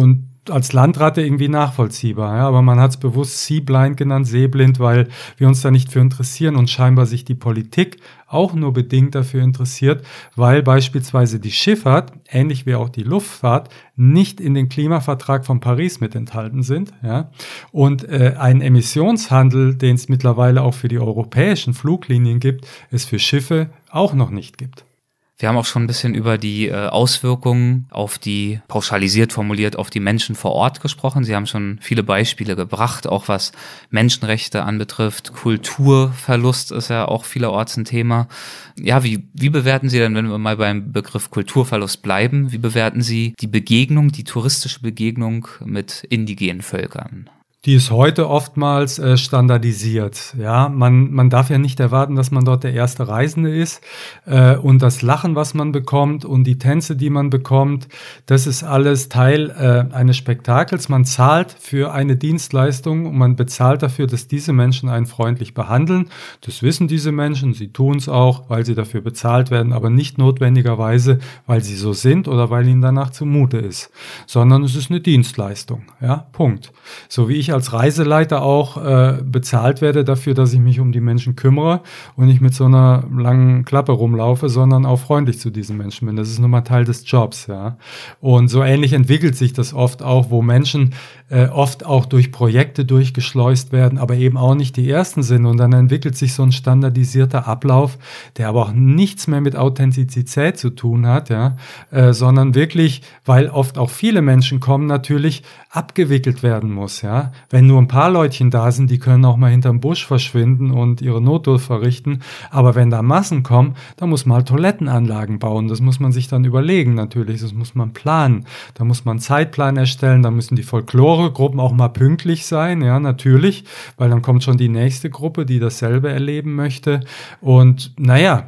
als Landratte irgendwie nachvollziehbar. Ja? Aber man hat es bewusst Sea-blind genannt, seeblind, weil wir uns da nicht für interessieren und scheinbar sich die Politik auch nur bedingt dafür interessiert, weil beispielsweise die Schifffahrt, ähnlich wie auch die Luftfahrt, nicht in den Klimavertrag von Paris mit enthalten sind. Ja? Und äh, ein Emissionshandel, den es mittlerweile auch für die europäischen Fluglinien gibt, es für Schiffe auch noch nicht gibt. Wir haben auch schon ein bisschen über die äh, Auswirkungen auf die, pauschalisiert formuliert, auf die Menschen vor Ort gesprochen. Sie haben schon viele Beispiele gebracht, auch was Menschenrechte anbetrifft. Kulturverlust ist ja auch vielerorts ein Thema. Ja, wie, wie bewerten Sie denn, wenn wir mal beim Begriff Kulturverlust bleiben, wie bewerten Sie die Begegnung, die touristische Begegnung mit indigenen Völkern? Die ist heute oftmals äh, standardisiert. Ja, man man darf ja nicht erwarten, dass man dort der erste Reisende ist. Äh, und das Lachen, was man bekommt und die Tänze, die man bekommt, das ist alles Teil äh, eines Spektakels. Man zahlt für eine Dienstleistung und man bezahlt dafür, dass diese Menschen einen freundlich behandeln. Das wissen diese Menschen. Sie tun es auch, weil sie dafür bezahlt werden, aber nicht notwendigerweise, weil sie so sind oder weil ihnen danach zumute ist, sondern es ist eine Dienstleistung. Ja, Punkt. So wie ich als Reiseleiter auch äh, bezahlt werde dafür, dass ich mich um die Menschen kümmere und nicht mit so einer langen Klappe rumlaufe, sondern auch freundlich zu diesen Menschen bin. Das ist nun mal Teil des Jobs, ja. Und so ähnlich entwickelt sich das oft auch, wo Menschen äh, oft auch durch Projekte durchgeschleust werden, aber eben auch nicht die ersten sind. Und dann entwickelt sich so ein standardisierter Ablauf, der aber auch nichts mehr mit Authentizität zu tun hat, ja, äh, sondern wirklich, weil oft auch viele Menschen kommen, natürlich abgewickelt werden muss, ja. Wenn nur ein paar Leutchen da sind, die können auch mal hinterm Busch verschwinden und ihre Notdurft verrichten. Aber wenn da Massen kommen, dann muss man halt Toilettenanlagen bauen. Das muss man sich dann überlegen natürlich. Das muss man planen. Da muss man einen Zeitplan erstellen. Da müssen die Folkloregruppen auch mal pünktlich sein. Ja, natürlich. Weil dann kommt schon die nächste Gruppe, die dasselbe erleben möchte. Und naja,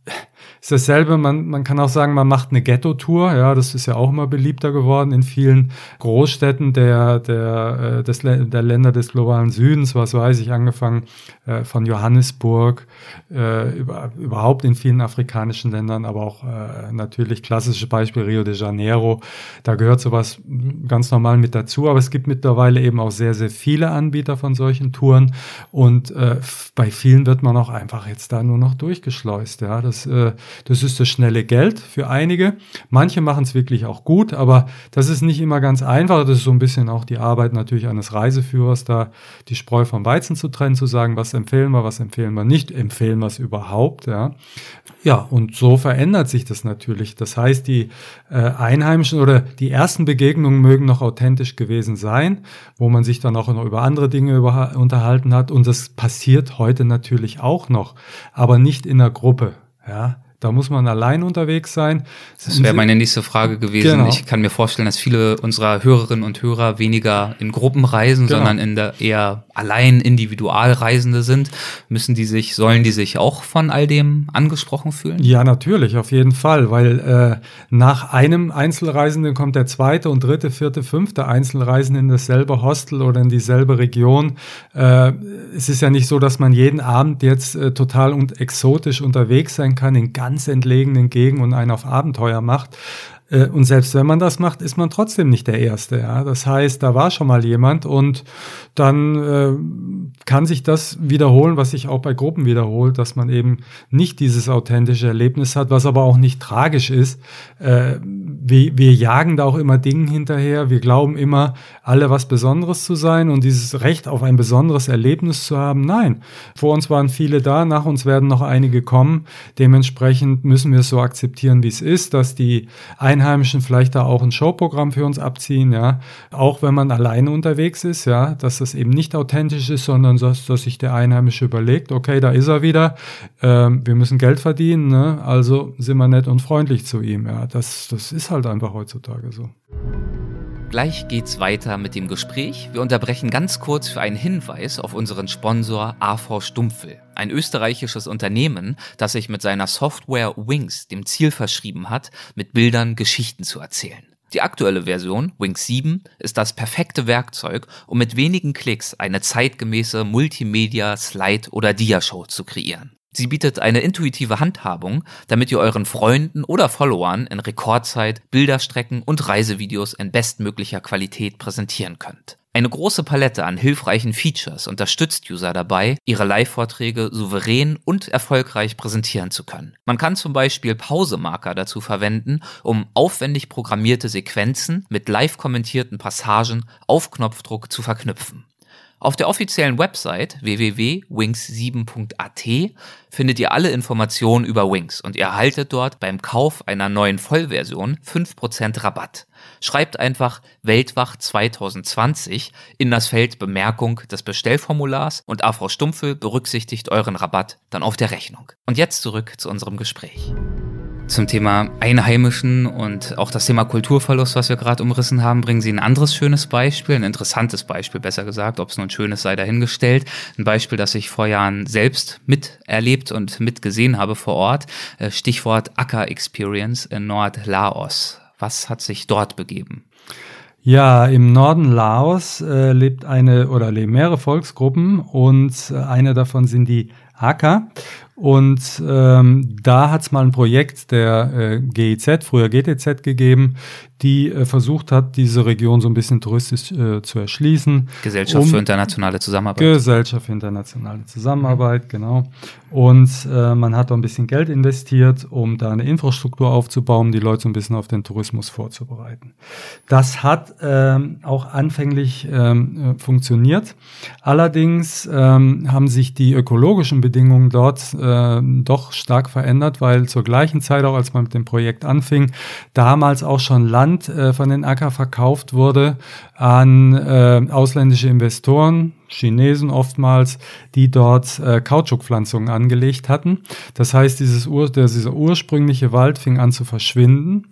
ist dasselbe, man, man kann auch sagen, man macht eine Ghetto-Tour, ja, das ist ja auch immer beliebter geworden in vielen Großstädten der, der, des, der Länder des globalen Südens, was weiß ich, angefangen äh, von Johannesburg, äh, über, überhaupt in vielen afrikanischen Ländern, aber auch äh, natürlich klassisches Beispiel Rio de Janeiro, da gehört sowas ganz normal mit dazu, aber es gibt mittlerweile eben auch sehr, sehr viele Anbieter von solchen Touren und äh, bei vielen wird man auch einfach jetzt da nur noch durchgeschleust, ja, das äh, Das ist das schnelle Geld für einige. Manche machen es wirklich auch gut, aber das ist nicht immer ganz einfach. Das ist so ein bisschen auch die Arbeit natürlich eines Reiseführers, da die Spreu vom Weizen zu trennen, zu sagen, was empfehlen wir, was empfehlen wir nicht, empfehlen wir es überhaupt. Ja, ja, und so verändert sich das natürlich. Das heißt, die äh, Einheimischen oder die ersten Begegnungen mögen noch authentisch gewesen sein, wo man sich dann auch noch über andere Dinge über, unterhalten hat. Und das passiert heute natürlich auch noch, aber nicht in der Gruppe. Ja, da muss man allein unterwegs sein. Das wäre meine nächste Frage gewesen. Genau. Ich kann mir vorstellen, dass viele unserer Hörerinnen und Hörer weniger in Gruppen reisen, genau, sondern in der eher allein Individualreisende sind. Müssen die sich, sollen die sich auch von all dem angesprochen fühlen? Ja, natürlich, auf jeden Fall, weil äh, nach einem Einzelreisenden kommt der zweite und dritte, vierte, fünfte Einzelreisende in dasselbe Hostel oder in dieselbe Region. Äh, es ist ja nicht so, dass man jeden Abend jetzt äh, total und exotisch unterwegs sein kann in ganz entlegenen Gegenden und einen auf Abenteuer macht. Und selbst wenn man das macht, ist man trotzdem nicht der Erste. Ja? Das heißt, da war schon mal jemand und dann äh, kann sich das wiederholen, was sich auch bei Gruppen wiederholt, dass man eben nicht dieses authentische Erlebnis hat, was aber auch nicht tragisch ist. Äh, wir, wir jagen da auch immer Dingen hinterher. Wir glauben immer, alle was Besonderes zu sein und dieses Recht auf ein besonderes Erlebnis zu haben. Nein, vor uns waren viele da, nach uns werden noch einige kommen. Dementsprechend müssen wir es so akzeptieren, wie es ist, dass die Einheimischen vielleicht da auch ein Showprogramm für uns abziehen, ja, auch wenn man alleine unterwegs ist, ja, dass das eben nicht authentisch ist, sondern dass, dass sich der Einheimische überlegt, okay, da ist er wieder, ähm, wir müssen Geld verdienen, ne? Also sind wir nett und freundlich zu ihm, ja, das, das ist halt einfach heutzutage so. Gleich geht's weiter mit dem Gespräch. Wir unterbrechen ganz kurz für einen Hinweis auf unseren Sponsor A V Stumpfel, ein österreichisches Unternehmen, das sich mit seiner Software Wings dem Ziel verschrieben hat, mit Bildern Geschichten zu erzählen. Die aktuelle Version, Wings sieben, ist das perfekte Werkzeug, um mit wenigen Klicks eine zeitgemäße Multimedia-, Slide- oder Diashow zu kreieren. Sie bietet eine intuitive Handhabung, damit ihr euren Freunden oder Followern in Rekordzeit Bilderstrecken und Reisevideos in bestmöglicher Qualität präsentieren könnt. Eine große Palette an hilfreichen Features unterstützt User dabei, ihre Live-Vorträge souverän und erfolgreich präsentieren zu können. Man kann zum Beispiel Pausemarker dazu verwenden, um aufwendig programmierte Sequenzen mit live kommentierten Passagen auf Knopfdruck zu verknüpfen. Auf der offiziellen Website w w w punkt wings sieben punkt a t findet ihr alle Informationen über Wings und ihr erhaltet dort beim Kauf einer neuen Vollversion fünf Prozent Rabatt. Schreibt einfach Weltwach zwanzig zwanzig in das Feld Bemerkung des Bestellformulars und A V Stumpfe berücksichtigt euren Rabatt dann auf der Rechnung. Und jetzt zurück zu unserem Gespräch. Zum Thema Einheimischen und auch das Thema Kulturverlust, was wir gerade umrissen haben, bringen Sie ein anderes schönes Beispiel, ein interessantes Beispiel, besser gesagt, ob es nun schönes sei dahingestellt. Ein Beispiel, das ich vor Jahren selbst miterlebt und mitgesehen habe vor Ort. Stichwort Akha Experience in Nordlaos. Was hat sich dort begeben? Ja, im Norden Laos äh, lebt eine oder leben mehrere Volksgruppen und äh, eine davon sind die Akha. Und ähm, da hat es mal ein Projekt der äh, G I Z, früher G T Z, gegeben, die äh, versucht hat, diese Region so ein bisschen touristisch äh, zu erschließen. Gesellschaft um, für internationale Zusammenarbeit. Gesellschaft für internationale Zusammenarbeit, genau. Und äh, man hat da ein bisschen Geld investiert, um da eine Infrastruktur aufzubauen, um die Leute so ein bisschen auf den Tourismus vorzubereiten. Das hat ähm, auch anfänglich ähm, funktioniert. Allerdings ähm, haben sich die ökologischen Bedingungen dort äh, doch stark verändert, weil zur gleichen Zeit, auch als man mit dem Projekt anfing, damals auch schon Land äh, von den Akha verkauft wurde an äh, ausländische Investoren, Chinesen oftmals, die dort äh, Kautschukpflanzungen angelegt hatten. Das heißt, dieses Ur- der, dieser ursprüngliche Wald fing an zu verschwinden.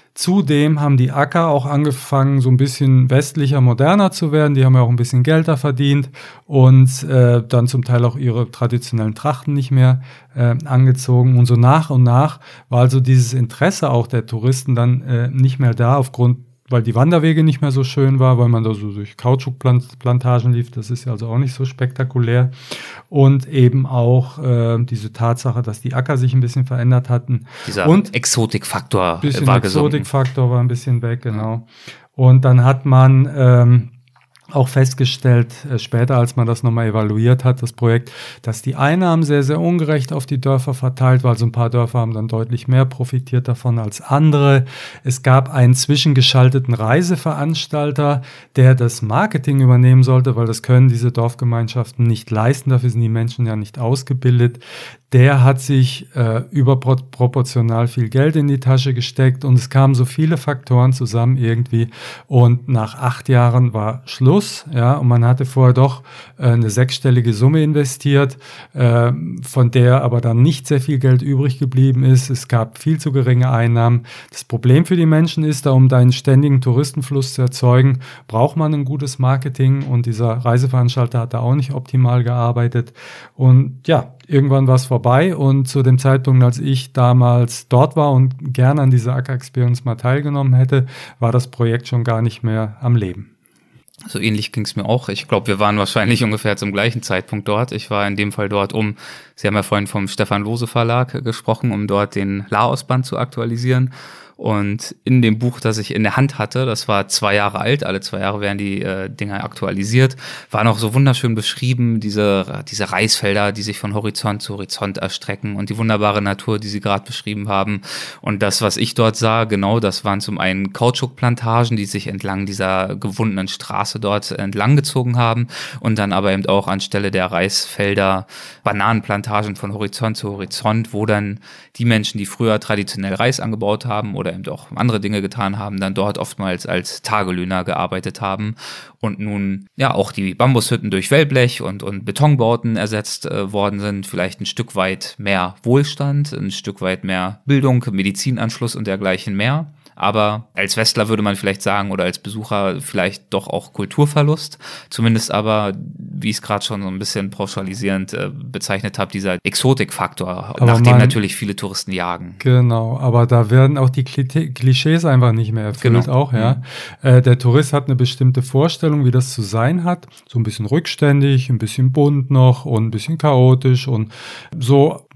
Zudem haben die Akha auch angefangen, so ein bisschen westlicher, moderner zu werden. Die haben ja auch ein bisschen Geld da verdient und äh, dann zum Teil auch ihre traditionellen Trachten nicht mehr äh, angezogen. Und so nach und nach war also dieses Interesse auch der Touristen dann äh, nicht mehr da, aufgrund, weil die Wanderwege nicht mehr so schön war, weil man da so durch Kautschukplantagen lief. Das ist ja also auch nicht so spektakulär. Und eben auch äh, diese Tatsache, dass die Akha sich ein bisschen verändert hatten. Dieser und Exotikfaktor bisschen war gesunken. Exotikfaktor war ein bisschen weg, genau. Und dann hat man ähm, auch festgestellt, äh, später, als man das nochmal evaluiert hat, das Projekt, dass die Einnahmen sehr, sehr ungerecht auf die Dörfer verteilt waren. Also ein paar Dörfer haben dann deutlich mehr profitiert davon als andere. Es gab einen zwischengeschalteten Reiseveranstalter, der das Marketing übernehmen sollte, weil das können diese Dorfgemeinschaften nicht leisten. Dafür sind die Menschen ja nicht ausgebildet. Der hat sich äh, überproportional viel Geld in die Tasche gesteckt und es kamen so viele Faktoren zusammen irgendwie und nach acht Jahren war Schluss, ja, und man hatte vorher doch äh, eine sechsstellige Summe investiert, äh, von der aber dann nicht sehr viel Geld übrig geblieben ist. Es gab viel zu geringe Einnahmen. Das Problem für die Menschen ist, da um da einen ständigen Touristenfluss zu erzeugen, braucht man ein gutes Marketing und dieser Reiseveranstalter hat da auch nicht optimal gearbeitet und ja, irgendwann war es vorbei und zu dem Zeitpunkt, als ich damals dort war und gerne an dieser Akha Experience mal teilgenommen hätte, war das Projekt schon gar nicht mehr am Leben. So ähnlich ging es mir auch. Ich glaube, wir waren wahrscheinlich ungefähr zum gleichen Zeitpunkt dort. Ich war in dem Fall dort, um, Sie haben ja vorhin vom Stefan Lose Verlag gesprochen, um dort den Laos-Band zu aktualisieren. Und in dem Buch, das ich in der Hand hatte, das war zwei Jahre alt, alle zwei Jahre werden die äh, Dinger aktualisiert, war noch so wunderschön beschrieben, diese diese Reisfelder, die sich von Horizont zu Horizont erstrecken und die wunderbare Natur, die Sie gerade beschrieben haben. Und das, was ich dort sah, genau, das waren zum einen Kautschukplantagen, die sich entlang dieser gewundenen Straße dort entlang gezogen haben und dann aber eben auch anstelle der Reisfelder Bananenplantagen von Horizont zu Horizont, wo dann die Menschen, die früher traditionell Reis angebaut haben oder eben auch andere Dinge getan haben, dann dort oftmals als Tagelöhner gearbeitet haben und nun ja auch die Bambushütten durch Wellblech und, und Betonbauten ersetzt äh, worden sind, vielleicht ein Stück weit mehr Wohlstand, ein Stück weit mehr Bildung, Medizinanschluss und dergleichen mehr. Aber als Westler würde man vielleicht sagen oder als Besucher vielleicht doch auch Kulturverlust. Zumindest aber, wie ich es gerade schon so ein bisschen pauschalisierend äh, bezeichnet habe, dieser Exotikfaktor, nach dem natürlich viele Touristen jagen. Genau, aber da werden auch die Klischees einfach nicht mehr erfüllt. Genau. Auch, ja. Mhm. Äh, der Tourist hat eine bestimmte Vorstellung, wie das zu sein hat. So ein bisschen rückständig, ein bisschen bunt noch und ein bisschen chaotisch und so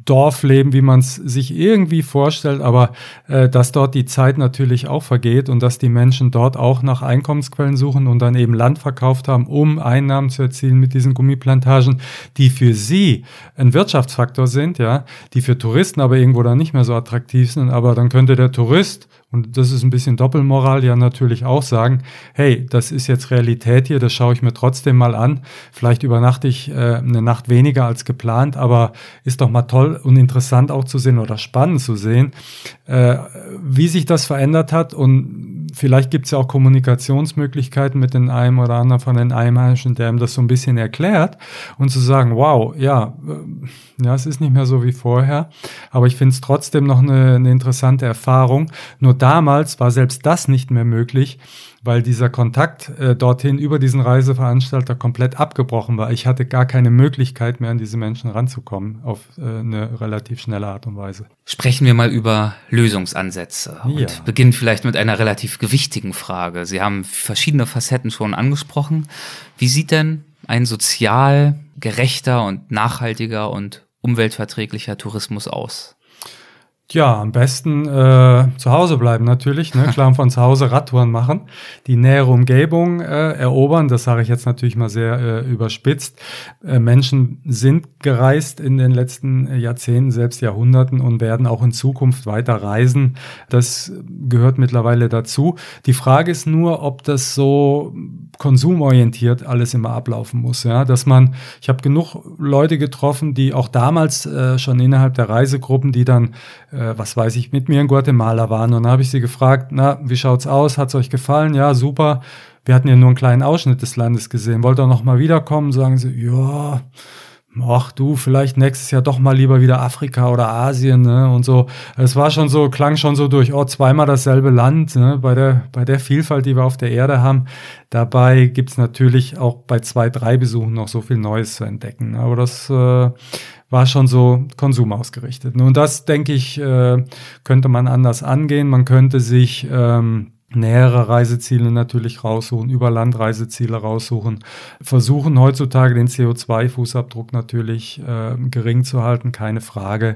Dorfleben, wie man es sich irgendwie vorstellt, aber äh, dass dort die Zeit natürlich auch vergeht und dass die Menschen dort auch nach Einkommensquellen suchen und dann eben Land verkauft haben, um Einnahmen zu erzielen mit diesen Gummiplantagen, die für sie ein Wirtschaftsfaktor sind, ja, die für Touristen aber irgendwo dann nicht mehr so attraktiv sind, aber dann könnte der Tourist, und das ist ein bisschen Doppelmoral, ja natürlich auch sagen, hey, das ist jetzt Realität hier, das schaue ich mir trotzdem mal an. Vielleicht übernachte ich äh, eine Nacht weniger als geplant, aber ist doch mal toll und interessant auch zu sehen oder spannend zu sehen, äh, wie sich das verändert hat. Und vielleicht gibt es ja auch Kommunikationsmöglichkeiten mit den einen oder anderen von den Einheimischen, der ihm das so ein bisschen erklärt und zu sagen, wow, ja, äh, ja, es ist nicht mehr so wie vorher, aber ich finde es trotzdem noch eine, eine interessante Erfahrung. Nur damals war selbst das nicht mehr möglich, weil dieser Kontakt äh, dorthin über diesen Reiseveranstalter komplett abgebrochen war. Ich hatte gar keine Möglichkeit mehr, an diese Menschen ranzukommen auf äh, eine relativ schnelle Art und Weise. Sprechen wir mal über Lösungsansätze und Ja. beginnen vielleicht mit einer relativ gewichtigen Frage. Sie haben verschiedene Facetten schon angesprochen. Wie sieht denn ein sozial gerechter und nachhaltiger und umweltverträglicher Tourismus aus? Ja, am besten äh, zu Hause bleiben natürlich, ne? Klar, von zu Hause Radtouren machen, die nähere Umgebung äh, erobern, das sage ich jetzt natürlich mal sehr äh, überspitzt. Äh, Menschen sind gereist in den letzten Jahrzehnten, selbst Jahrhunderten und werden auch in Zukunft weiter reisen. Das gehört mittlerweile dazu. Die Frage ist nur, ob das so konsumorientiert alles immer ablaufen muss, ja, dass man, ich habe genug Leute getroffen, die auch damals äh, schon innerhalb der Reisegruppen, die dann äh, was weiß ich, mit mir in Guatemala waren. Und dann habe ich sie gefragt, na, wie schaut's aus? Hat's euch gefallen? Ja, super. Wir hatten ja nur einen kleinen Ausschnitt des Landes gesehen. Wollt ihr noch mal wiederkommen? Sagen sie, ja, ach du, vielleicht nächstes Jahr doch mal lieber wieder Afrika oder Asien, ne? Und so. Es war schon so, klang schon so durch, oh, zweimal dasselbe Land, ne? Bei der, bei der Vielfalt, die wir auf der Erde haben. Dabei gibt's natürlich auch bei zwei, drei Besuchen noch so viel Neues zu entdecken. Aber das äh, war schon so konsumausgerichtet. Und das, denke ich, äh, könnte man anders angehen. Man könnte sich ähm, nähere Reiseziele natürlich raussuchen, Überlandreiseziele raussuchen, versuchen heutzutage den C O zwei Fußabdruck natürlich äh, gering zu halten, keine Frage.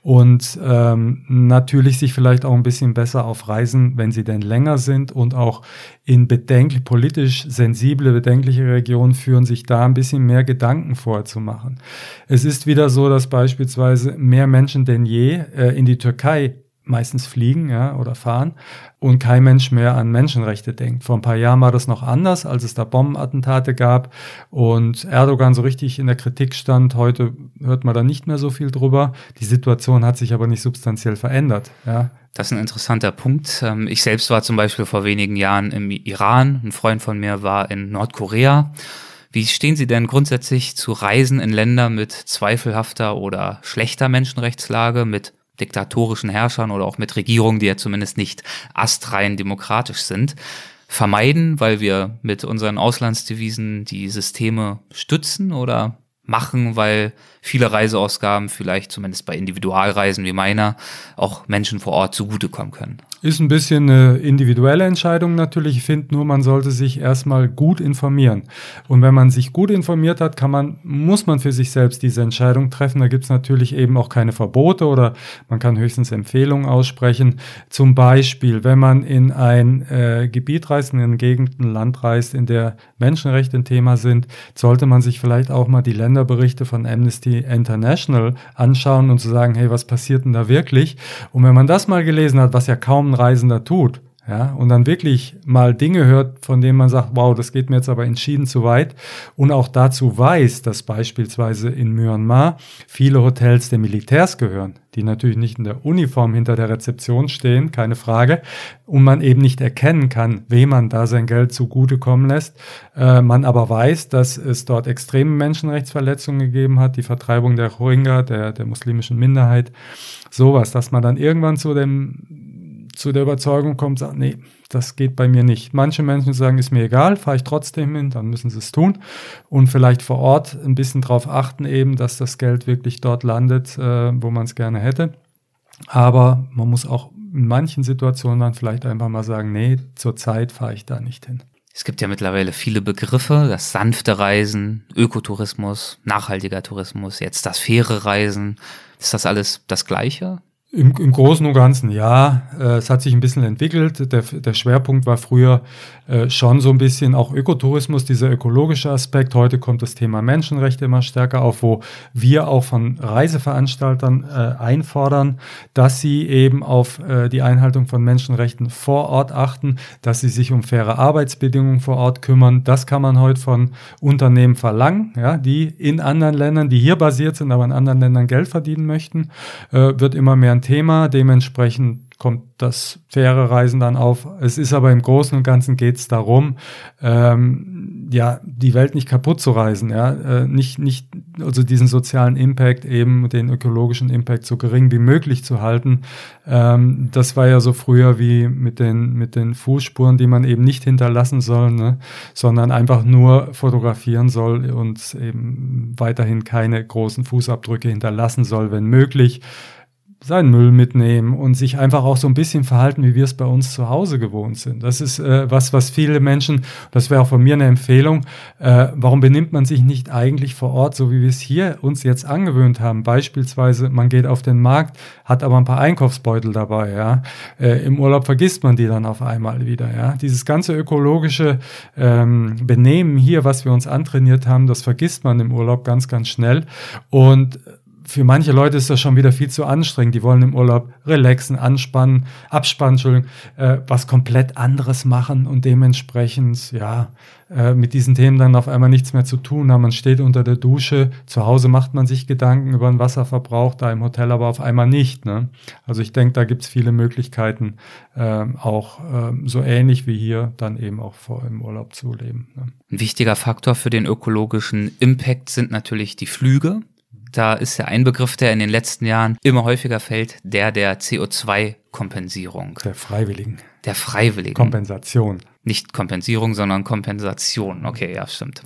Und ähm, natürlich sich vielleicht auch ein bisschen besser auf Reisen, wenn sie denn länger sind und auch in bedenklich, politisch sensible, bedenkliche Regionen führen, sich da ein bisschen mehr Gedanken vorzumachen. Es ist wieder so, dass beispielsweise mehr Menschen denn je äh, in die Türkei meistens fliegen, ja, oder fahren und kein Mensch mehr an Menschenrechte denkt. Vor ein paar Jahren war das noch anders, als es da Bombenattentate gab und Erdogan so richtig in der Kritik stand. Heute hört man da nicht mehr so viel drüber. Die Situation hat sich aber nicht substanziell verändert, ja. Das ist ein interessanter Punkt. Ich selbst war zum Beispiel vor wenigen Jahren im Iran. Ein Freund von mir war in Nordkorea. Wie stehen Sie denn grundsätzlich zu Reisen in Länder mit zweifelhafter oder schlechter Menschenrechtslage, mit diktatorischen Herrschern oder auch mit Regierungen, die ja zumindest nicht astrein demokratisch sind, vermeiden, weil wir mit unseren Auslandsdevisen die Systeme stützen, oder machen, weil viele Reiseausgaben vielleicht zumindest bei Individualreisen wie meiner auch Menschen vor Ort zugutekommen können? Ist ein bisschen eine individuelle Entscheidung natürlich. Ich finde nur, man sollte sich erstmal gut informieren. Und wenn man sich gut informiert hat, kann man, muss man für sich selbst diese Entscheidung treffen. Da gibt es natürlich eben auch keine Verbote oder man kann höchstens Empfehlungen aussprechen. Zum Beispiel, wenn man in ein äh, Gebiet reist, in eine Gegend, ein Land reist, in der Menschenrechte ein Thema sind, sollte man sich vielleicht auch mal die Länderberichte von Amnesty International anschauen und zu sagen, hey, was passiert denn da wirklich? Und wenn man das mal gelesen hat, was ja kaum ein Reisender tut, ja, und dann wirklich mal Dinge hört, von denen man sagt, wow, das geht mir jetzt aber entschieden zu weit, und auch dazu weiß, dass beispielsweise in Myanmar viele Hotels der Militärs gehören, die natürlich nicht in der Uniform hinter der Rezeption stehen, keine Frage, und man eben nicht erkennen kann, wem man da sein Geld zugutekommen lässt, äh, man aber weiß, dass es dort extreme Menschenrechtsverletzungen gegeben hat, die Vertreibung der Rohingya, der, der muslimischen Minderheit, sowas, dass man dann irgendwann zu dem zu der Überzeugung kommt, sagt, nee, das geht bei mir nicht. Manche Menschen sagen, ist mir egal, fahre ich trotzdem hin, dann müssen sie es tun und vielleicht vor Ort ein bisschen drauf achten eben, dass das Geld wirklich dort landet, äh, wo man es gerne hätte. Aber man muss auch in manchen Situationen dann vielleicht einfach mal sagen, nee, zurzeit fahre ich da nicht hin. Es gibt ja mittlerweile viele Begriffe, das sanfte Reisen, Ökotourismus, nachhaltiger Tourismus, jetzt das faire Reisen. Ist das alles das Gleiche? Im, Im Großen und Ganzen ja. Äh, es hat sich ein bisschen entwickelt. Der, der Schwerpunkt war früher äh, schon so ein bisschen auch Ökotourismus, dieser ökologische Aspekt. Heute kommt das Thema Menschenrechte immer stärker auf, wo wir auch von Reiseveranstaltern äh, einfordern, dass sie eben auf äh, die Einhaltung von Menschenrechten vor Ort achten, dass sie sich um faire Arbeitsbedingungen vor Ort kümmern. Das kann man heute von Unternehmen verlangen, ja, die in anderen Ländern, die hier basiert sind, aber in anderen Ländern Geld verdienen möchten, äh, wird immer mehr Thema, dementsprechend kommt das faire Reisen dann auf. Es ist aber im Großen und Ganzen geht es darum, ähm, ja, die Welt nicht kaputt zu reisen, ja, äh, nicht, nicht, also diesen sozialen Impact eben, den ökologischen Impact so gering wie möglich zu halten. Ähm, das war ja so früher wie mit den, mit den Fußspuren, die man eben nicht hinterlassen soll, ne, sondern einfach nur fotografieren soll und eben weiterhin keine großen Fußabdrücke hinterlassen soll, wenn möglich. Seinen Müll mitnehmen und sich einfach auch so ein bisschen verhalten, wie wir es bei uns zu Hause gewohnt sind. Das ist äh, was, was viele Menschen, das wäre auch von mir eine Empfehlung, äh, warum benimmt man sich nicht eigentlich vor Ort, so wie wir es hier uns jetzt angewöhnt haben? Beispielsweise, man geht auf den Markt, hat aber ein paar Einkaufsbeutel dabei, ja. Äh, im Urlaub vergisst man die dann auf einmal wieder, ja. Dieses ganze ökologische ähm, Benehmen hier, was wir uns antrainiert haben, das vergisst man im Urlaub ganz, ganz schnell. Und für manche Leute ist das schon wieder viel zu anstrengend. Die wollen im Urlaub relaxen, anspannen, abspannen, Entschuldigung, äh, was komplett anderes machen und dementsprechend, ja, äh, mit diesen Themen dann auf einmal nichts mehr zu tun haben. Man steht unter der Dusche, zu Hause macht man sich Gedanken über den Wasserverbrauch, da im Hotel aber auf einmal nicht, ne? Also ich denke, da gibt es viele Möglichkeiten, äh, auch äh, so ähnlich wie hier dann eben auch vor im Urlaub zu leben, ne? Ein wichtiger Faktor für den ökologischen Impact sind natürlich die Flüge. Da ist ja ein Begriff, der in den letzten Jahren immer häufiger fällt, der der C O zwei Kompensierung. Der Freiwilligen. Der Freiwilligen. Kompensation. Nicht Kompensierung, sondern Kompensation. Okay, ja, stimmt.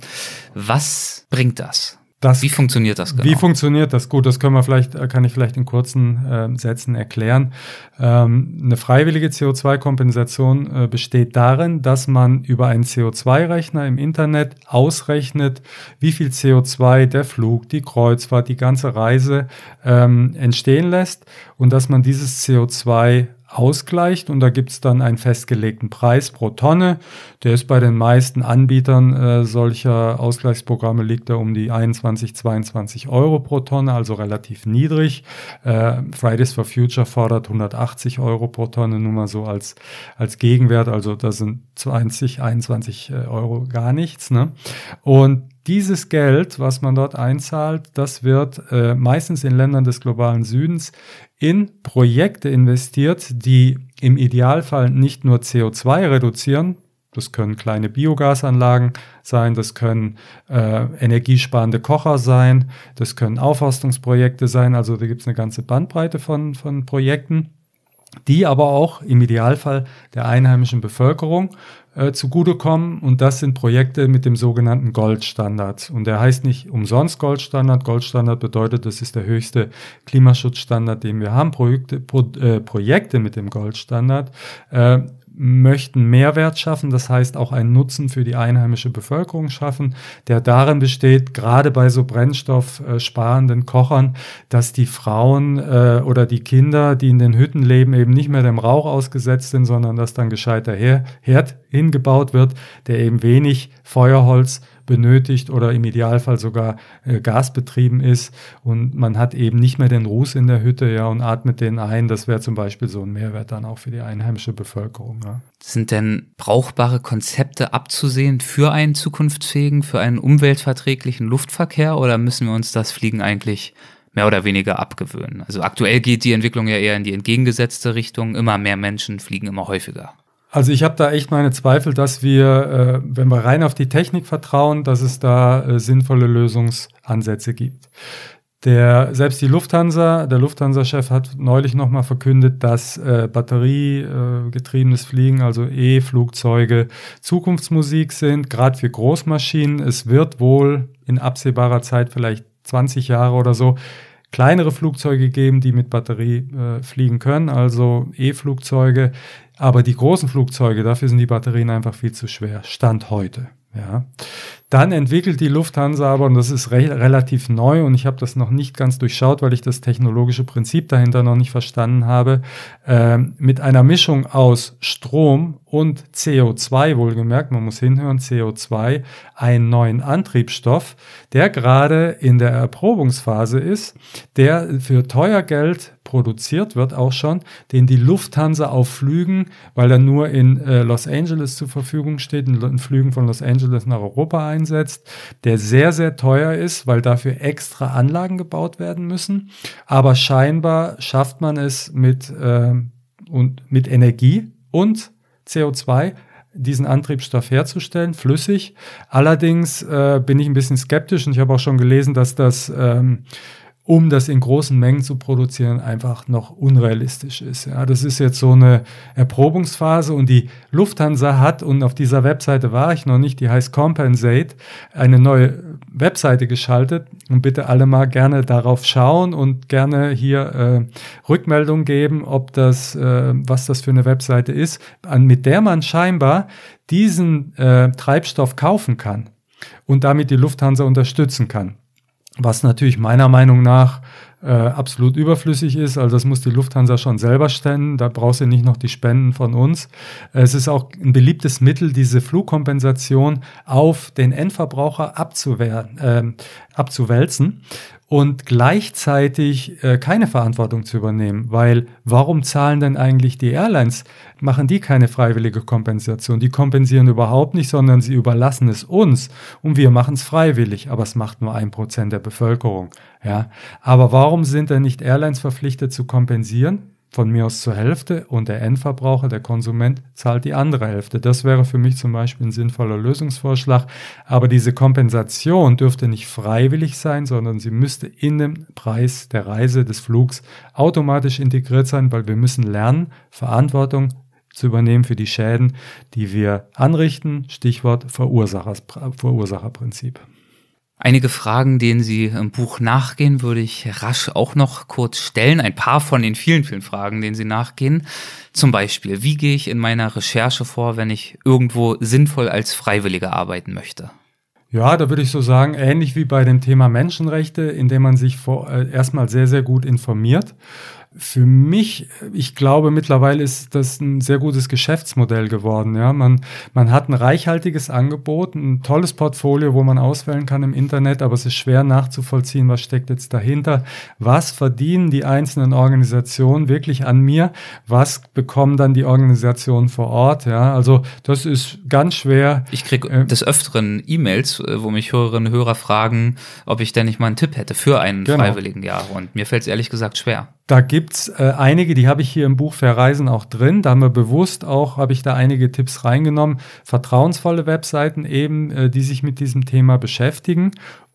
Was bringt das? Das, wie funktioniert das genau? Wie funktioniert das? Gut, das können wir vielleicht, kann ich vielleicht in kurzen äh, Sätzen erklären. Ähm, eine freiwillige C O zwei Kompensation äh, besteht darin, dass man über einen C O zwei Rechner im Internet ausrechnet, wie viel C O zwei der Flug, die Kreuzfahrt, die ganze Reise ähm, entstehen lässt und dass man dieses C O zwei ausgleicht und da gibt es dann einen festgelegten Preis pro Tonne. Der ist bei den meisten Anbietern äh, solcher Ausgleichsprogramme liegt er um die einundzwanzig, zweiundzwanzig Euro pro Tonne, also relativ niedrig. Äh, Fridays for Future fordert hundertachtzig Euro pro Tonne, nur mal so als, als Gegenwert, also da sind zwanzig, einundzwanzig Euro gar nichts, ne? Und dieses Geld, was man dort einzahlt, das wird äh, meistens in Ländern des globalen Südens in Projekte investiert, die im Idealfall nicht nur C O zwei reduzieren, das können kleine Biogasanlagen sein, das können äh, energiesparende Kocher sein, das können Aufforstungsprojekte sein, also da gibt es eine ganze Bandbreite von, von Projekten, die aber auch im Idealfall der einheimischen Bevölkerung äh, zugutekommen. Und das sind Projekte mit dem sogenannten Goldstandard. Und der heißt nicht umsonst Goldstandard. Goldstandard bedeutet, das ist der höchste Klimaschutzstandard, den wir haben. Projekte, Pro, äh, Projekte mit dem Goldstandard äh, möchten Mehrwert schaffen, das heißt auch einen Nutzen für die einheimische Bevölkerung schaffen, der darin besteht, gerade bei so brennstoffsparenden Kochern, dass die Frauen äh, oder die Kinder, die in den Hütten leben, eben nicht mehr dem Rauch ausgesetzt sind, sondern dass dann gescheiter Her- Herd hingebaut wird, der eben wenig Feuerholz benötigt oder im Idealfall sogar äh, gasbetrieben ist und man hat eben nicht mehr den Ruß in der Hütte, ja, und atmet den ein. Das wäre zum Beispiel so ein Mehrwert dann auch für die einheimische Bevölkerung. Ja. Sind denn brauchbare Konzepte abzusehen für einen zukunftsfähigen, für einen umweltverträglichen Luftverkehr oder müssen wir uns das Fliegen eigentlich mehr oder weniger abgewöhnen? Also aktuell geht die Entwicklung ja eher in die entgegengesetzte Richtung. Immer mehr Menschen fliegen immer häufiger. Also ich habe da echt meine Zweifel, dass wir, äh, wenn wir rein auf die Technik vertrauen, dass es da äh, sinnvolle Lösungsansätze gibt. Der, selbst die Lufthansa, der Lufthansa-Chef hat neulich nochmal verkündet, dass äh, batteriegetriebenes äh, Fliegen, also E-Flugzeuge, Zukunftsmusik sind, gerade für Großmaschinen. Es wird wohl in absehbarer Zeit, vielleicht zwanzig Jahre oder so, kleinere Flugzeuge geben, die mit Batterie äh, fliegen können, also E-Flugzeuge. Aber die großen Flugzeuge, dafür sind die Batterien einfach viel zu schwer. Stand heute. Ja. Dann entwickelt die Lufthansa aber, und das ist re- relativ neu und ich habe das noch nicht ganz durchschaut, weil ich das technologische Prinzip dahinter noch nicht verstanden habe, äh, mit einer Mischung aus Strom und C O zwei, wohlgemerkt, man muss hinhören, C O zwei, einen neuen Antriebsstoff, der gerade in der Erprobungsphase ist, der für teuer Geld produziert wird auch schon, den die Lufthansa auf Flügen, weil er nur in äh, Los Angeles zur Verfügung steht, in, in Flügen von Los Angeles nach Europa einsetzt, der sehr, sehr teuer ist, weil dafür extra Anlagen gebaut werden müssen. Aber scheinbar schafft man es mit, äh, und, mit Energie und C O zwei diesen Antriebsstoff herzustellen, flüssig. Allerdings äh, bin ich ein bisschen skeptisch und ich habe auch schon gelesen, dass das ähm, um das in großen Mengen zu produzieren, einfach noch unrealistisch ist. Ja, das ist jetzt so eine Erprobungsphase und die Lufthansa hat, und auf dieser Webseite war ich noch nicht, die heißt Compensate, eine neue Webseite geschaltet, und bitte alle mal gerne darauf schauen und gerne hier äh, Rückmeldung geben, ob das, äh, was das für eine Webseite ist, an, mit der man scheinbar diesen äh, Treibstoff kaufen kann und damit die Lufthansa unterstützen kann. Was natürlich meiner Meinung nach äh, absolut überflüssig ist. Also das muss die Lufthansa schon selber stellen. Da braucht sie nicht noch die Spenden von uns. Es ist auch ein beliebtes Mittel, diese Flugkompensation auf den Endverbraucher abzuwehren, äh, abzuwälzen und gleichzeitig äh, keine Verantwortung zu übernehmen. Weil warum zahlen denn eigentlich die Airlines? Machen die keine freiwillige Kompensation? Die kompensieren überhaupt nicht, sondern sie überlassen es uns und wir machen es freiwillig. Aber es macht nur ein Prozent der Bevölkerung. Ja, aber warum sind denn nicht Airlines verpflichtet zu kompensieren? Von mir aus zur Hälfte und der Endverbraucher, der Konsument, zahlt die andere Hälfte. Das wäre für mich zum Beispiel ein sinnvoller Lösungsvorschlag. Aber diese Kompensation dürfte nicht freiwillig sein, sondern sie müsste in den Preis der Reise des Flugs automatisch integriert sein, weil wir müssen lernen, Verantwortung zu übernehmen für die Schäden, die wir anrichten. Stichwort Verursachers, Verursacherprinzip. Einige Fragen, denen Sie im Buch nachgehen, würde ich rasch auch noch kurz stellen. Ein paar von den vielen, vielen Fragen, denen Sie nachgehen. Zum Beispiel, wie gehe ich in meiner Recherche vor, wenn ich irgendwo sinnvoll als Freiwilliger arbeiten möchte? Ja, da würde ich so sagen, ähnlich wie bei dem Thema Menschenrechte, indem man sich vor, äh, erstmal sehr, sehr gut informiert. Für mich, ich glaube, mittlerweile ist das ein sehr gutes Geschäftsmodell geworden. Ja, man, man hat ein reichhaltiges Angebot, ein tolles Portfolio, wo man auswählen kann im Internet, aber es ist schwer nachzuvollziehen, was steckt jetzt dahinter. Was verdienen die einzelnen Organisationen wirklich an mir? Was bekommen dann die Organisationen vor Ort? Ja, also das ist ganz schwer. Ich kriege äh, des Öfteren E-Mails, wo mich Hörerinnen und Hörer fragen, ob ich denn nicht mal einen Tipp hätte für einen genau. freiwilligen Jahr. Und mir fällt es ehrlich gesagt schwer. Da gibt's äh, einige, die habe ich hier im Buch Verreisen auch drin. Da haben wir bewusst auch, habe ich da einige Tipps reingenommen. Vertrauensvolle Webseiten eben, äh, die sich mit diesem Thema beschäftigen.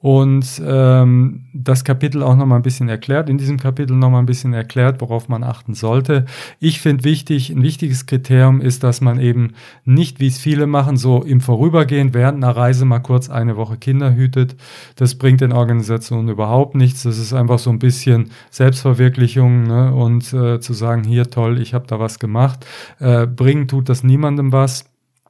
Und ähm, das Kapitel auch nochmal ein bisschen erklärt, in diesem Kapitel nochmal ein bisschen erklärt, worauf man achten sollte. Ich finde wichtig, ein wichtiges Kriterium ist, dass man eben nicht, wie es viele machen, so im Vorübergehen während einer Reise mal kurz eine Woche Kinder hütet. Das bringt den Organisationen überhaupt nichts. Das ist einfach so ein bisschen Selbstverwirklichung, ne? Und äh, zu sagen, hier toll, ich habe da was gemacht. Äh, bringen tut das niemandem was.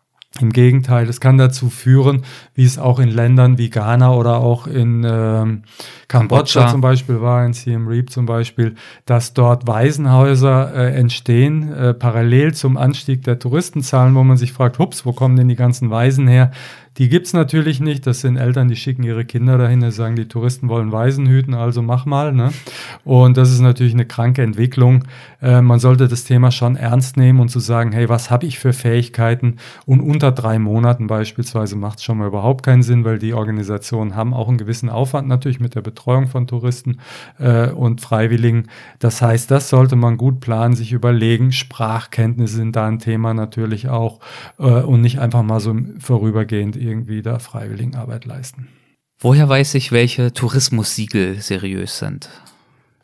Im Gegenteil, es kann dazu führen, wie es auch in Ländern wie Ghana oder auch in ähm, Kambodscha, Kambodscha zum Beispiel war, in Siem Reap zum Beispiel, dass dort Waisenhäuser äh, entstehen, äh, parallel zum Anstieg der Touristenzahlen, wo man sich fragt, hups, wo kommen denn die ganzen Waisen her? Die gibt's natürlich nicht, das sind Eltern, die schicken ihre Kinder dahin, die sagen, die Touristen wollen Waisen hüten, also mach mal. Ne? Und das ist natürlich eine kranke Entwicklung. Äh, man sollte das Thema schon ernst nehmen und zu sagen, hey, was habe ich für Fähigkeiten? Und unter drei Monaten beispielsweise macht es schon mal überhaupt keinen Sinn, weil die Organisationen haben auch einen gewissen Aufwand natürlich mit der Betreuung von Touristen äh, und Freiwilligen. Das heißt, das sollte man gut planen, sich überlegen. Sprachkenntnisse sind da ein Thema natürlich auch äh, und nicht einfach mal so vorübergehend irgendwie da Freiwilligenarbeit leisten. Woher weiß ich, welche Tourismussiegel seriös sind?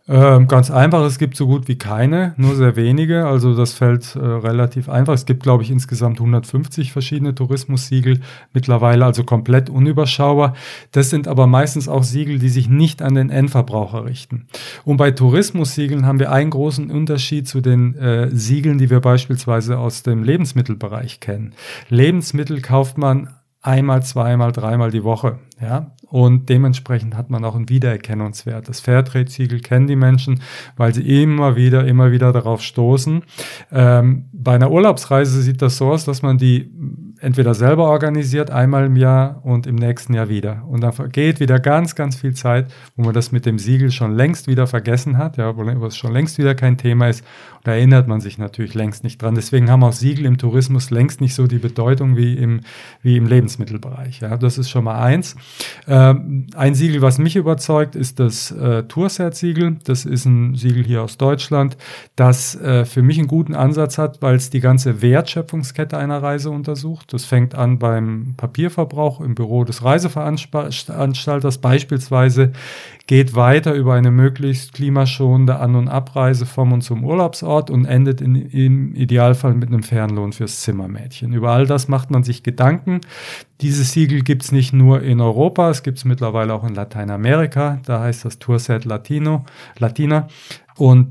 Ähm, ganz einfach, es gibt so gut wie keine, nur sehr wenige, also das fällt äh, relativ einfach. Es gibt, glaube ich, insgesamt hundertfünfzig verschiedene Tourismussiegel mittlerweile, also komplett unüberschaubar. Das sind aber meistens auch Siegel, die sich nicht an den Endverbraucher richten. Und bei Tourismussiegeln haben wir einen großen Unterschied zu den äh, Siegeln, die wir beispielsweise aus dem Lebensmittelbereich kennen. Lebensmittel kauft man einmal, zweimal, dreimal die Woche, ja. Und dementsprechend hat man auch einen Wiedererkennungswert. Das Fairtrade-Siegel kennen die Menschen, weil sie immer wieder, immer wieder darauf stoßen. Ähm, bei einer Urlaubsreise sieht das so aus, dass man die entweder selber organisiert, einmal im Jahr und im nächsten Jahr wieder. Und dann vergeht wieder ganz, ganz viel Zeit, wo man das mit dem Siegel schon längst wieder vergessen hat, ja, wo es schon längst wieder kein Thema ist. Und da erinnert man sich natürlich längst nicht dran. Deswegen haben auch Siegel im Tourismus längst nicht so die Bedeutung wie im, wie im Lebensmittelbereich. Ja, das ist schon mal eins. Ähm, ein Siegel, was mich überzeugt, ist das äh, Tourcert-Siegel. Das ist ein Siegel hier aus Deutschland, das äh, für mich einen guten Ansatz hat, weil es die ganze Wertschöpfungskette einer Reise untersucht. Das fängt an beim Papierverbrauch im Büro des Reiseveranstalters beispielsweise, geht weiter über eine möglichst klimaschonende An- und Abreise vom und zum Urlaubsort und endet in, im Idealfall mit einem Fernlohn fürs Zimmermädchen. Über all das macht man sich Gedanken. Dieses Siegel gibt es nicht nur in Europa, es gibt es mittlerweile auch in Lateinamerika. Da heißt das Tourcert Latino, Latina. Und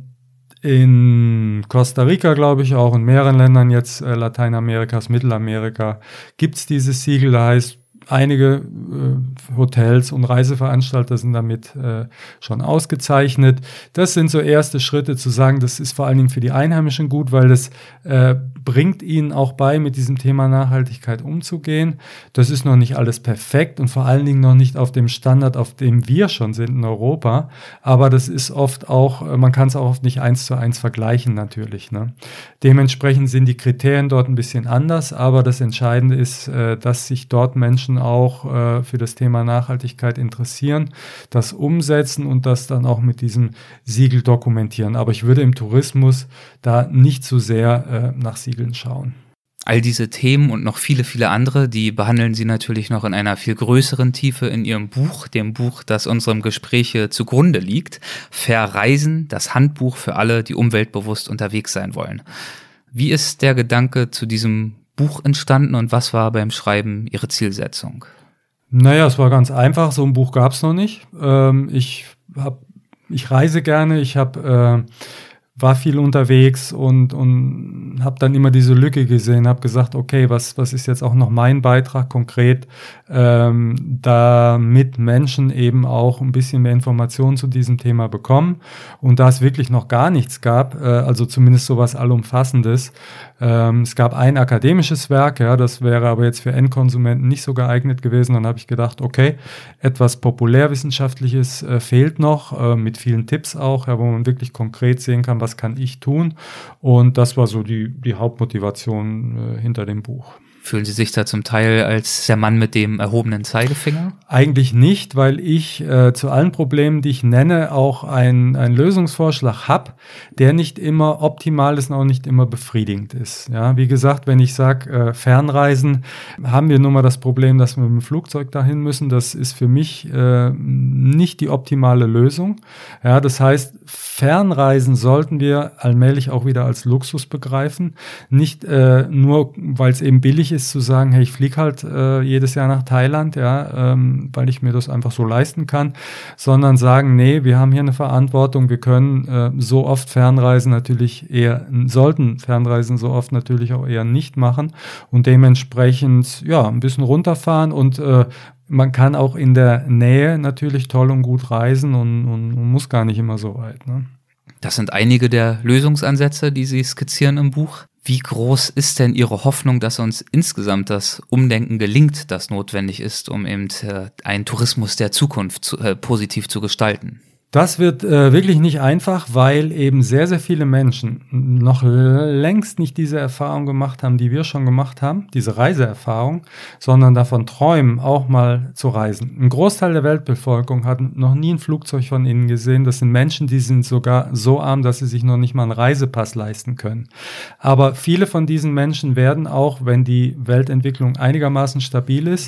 in Costa Rica, glaube ich, auch in mehreren Ländern jetzt äh, Lateinamerikas, Mittelamerika gibt es dieses Siegel. Da heißt, einige äh, Hotels und Reiseveranstalter sind damit äh, schon ausgezeichnet. Das sind so erste Schritte zu sagen, das ist vor allen Dingen für die Einheimischen gut, weil das äh, bringt ihnen auch bei, mit diesem Thema Nachhaltigkeit umzugehen. Das ist noch nicht alles perfekt und vor allen Dingen noch nicht auf dem Standard, auf dem wir schon sind in Europa. Aber das ist oft auch, man kann es auch oft nicht eins zu eins vergleichen natürlich, ne? Dementsprechend sind die Kriterien dort ein bisschen anders, aber das Entscheidende ist, äh, dass sich dort Menschen auch äh, für das Thema Nachhaltigkeit interessieren, das umsetzen und das dann auch mit diesem Siegel dokumentieren. Aber ich würde im Tourismus da nicht zu sehr äh, nach Siegeln schauen. All diese Themen und noch viele, viele andere, die behandeln Sie natürlich noch in einer viel größeren Tiefe in Ihrem Buch, dem Buch, das unserem Gespräch zugrunde liegt. Verreisen, das Handbuch für alle, die umweltbewusst unterwegs sein wollen. Wie ist der Gedanke zu diesem Buch entstanden und was war beim Schreiben Ihre Zielsetzung? Naja, es war ganz einfach, so ein Buch gab es noch nicht. Ähm, ich hab, ich reise gerne, ich habe... Äh, war viel unterwegs und, und habe dann immer diese Lücke gesehen, habe gesagt, okay, was, was ist jetzt auch noch mein Beitrag konkret, ähm, damit Menschen eben auch ein bisschen mehr Informationen zu diesem Thema bekommen. Und da es wirklich noch gar nichts gab, äh, also zumindest sowas Allumfassendes, ähm, es gab ein akademisches Werk, ja, das wäre aber jetzt für Endkonsumenten nicht so geeignet gewesen. Dann habe ich gedacht, okay, etwas Populärwissenschaftliches äh, fehlt noch, äh, mit vielen Tipps auch, ja, wo man wirklich konkret sehen kann, was kann ich tun? Und das war so die, die Hauptmotivation äh, hinter dem Buch. Fühlen Sie sich da zum Teil als der Mann mit dem erhobenen Zeigefinger? Eigentlich nicht, weil ich äh, zu allen Problemen, die ich nenne, auch einen Lösungsvorschlag habe, der nicht immer optimal ist und auch nicht immer befriedigend ist. Ja, wie gesagt, wenn ich sage, äh, Fernreisen, haben wir nun mal das Problem, dass wir mit dem Flugzeug dahin müssen. Das ist für mich äh, nicht die optimale Lösung. Ja, das heißt, Fernreisen sollten wir allmählich auch wieder als Luxus begreifen. Nicht äh, nur, weil es eben billig ist zu sagen, hey, ich fliege halt äh, jedes Jahr nach Thailand, ja, ähm, weil ich mir das einfach so leisten kann, sondern sagen, nee, wir haben hier eine Verantwortung, wir können äh, so oft Fernreisen natürlich eher, sollten Fernreisen so oft natürlich auch eher nicht machen und dementsprechend, ja, ein bisschen runterfahren und äh, man kann auch in der Nähe natürlich toll und gut reisen und, und, und muss gar nicht immer so weit, ne? Das sind einige der Lösungsansätze, die Sie skizzieren im Buch. Wie groß ist denn Ihre Hoffnung, dass uns insgesamt das Umdenken gelingt, das notwendig ist, um eben äh, einen Tourismus der Zukunft zu, äh, positiv zu gestalten? Das wird äh, wirklich nicht einfach, weil eben sehr, sehr viele Menschen noch längst nicht diese Erfahrung gemacht haben, die wir schon gemacht haben, diese Reiseerfahrung, sondern davon träumen, auch mal zu reisen. Ein Großteil der Weltbevölkerung hat noch nie ein Flugzeug von innen gesehen. Das sind Menschen, die sind sogar so arm, dass sie sich noch nicht mal einen Reisepass leisten können. Aber viele von diesen Menschen werden auch, wenn die Weltentwicklung einigermaßen stabil ist,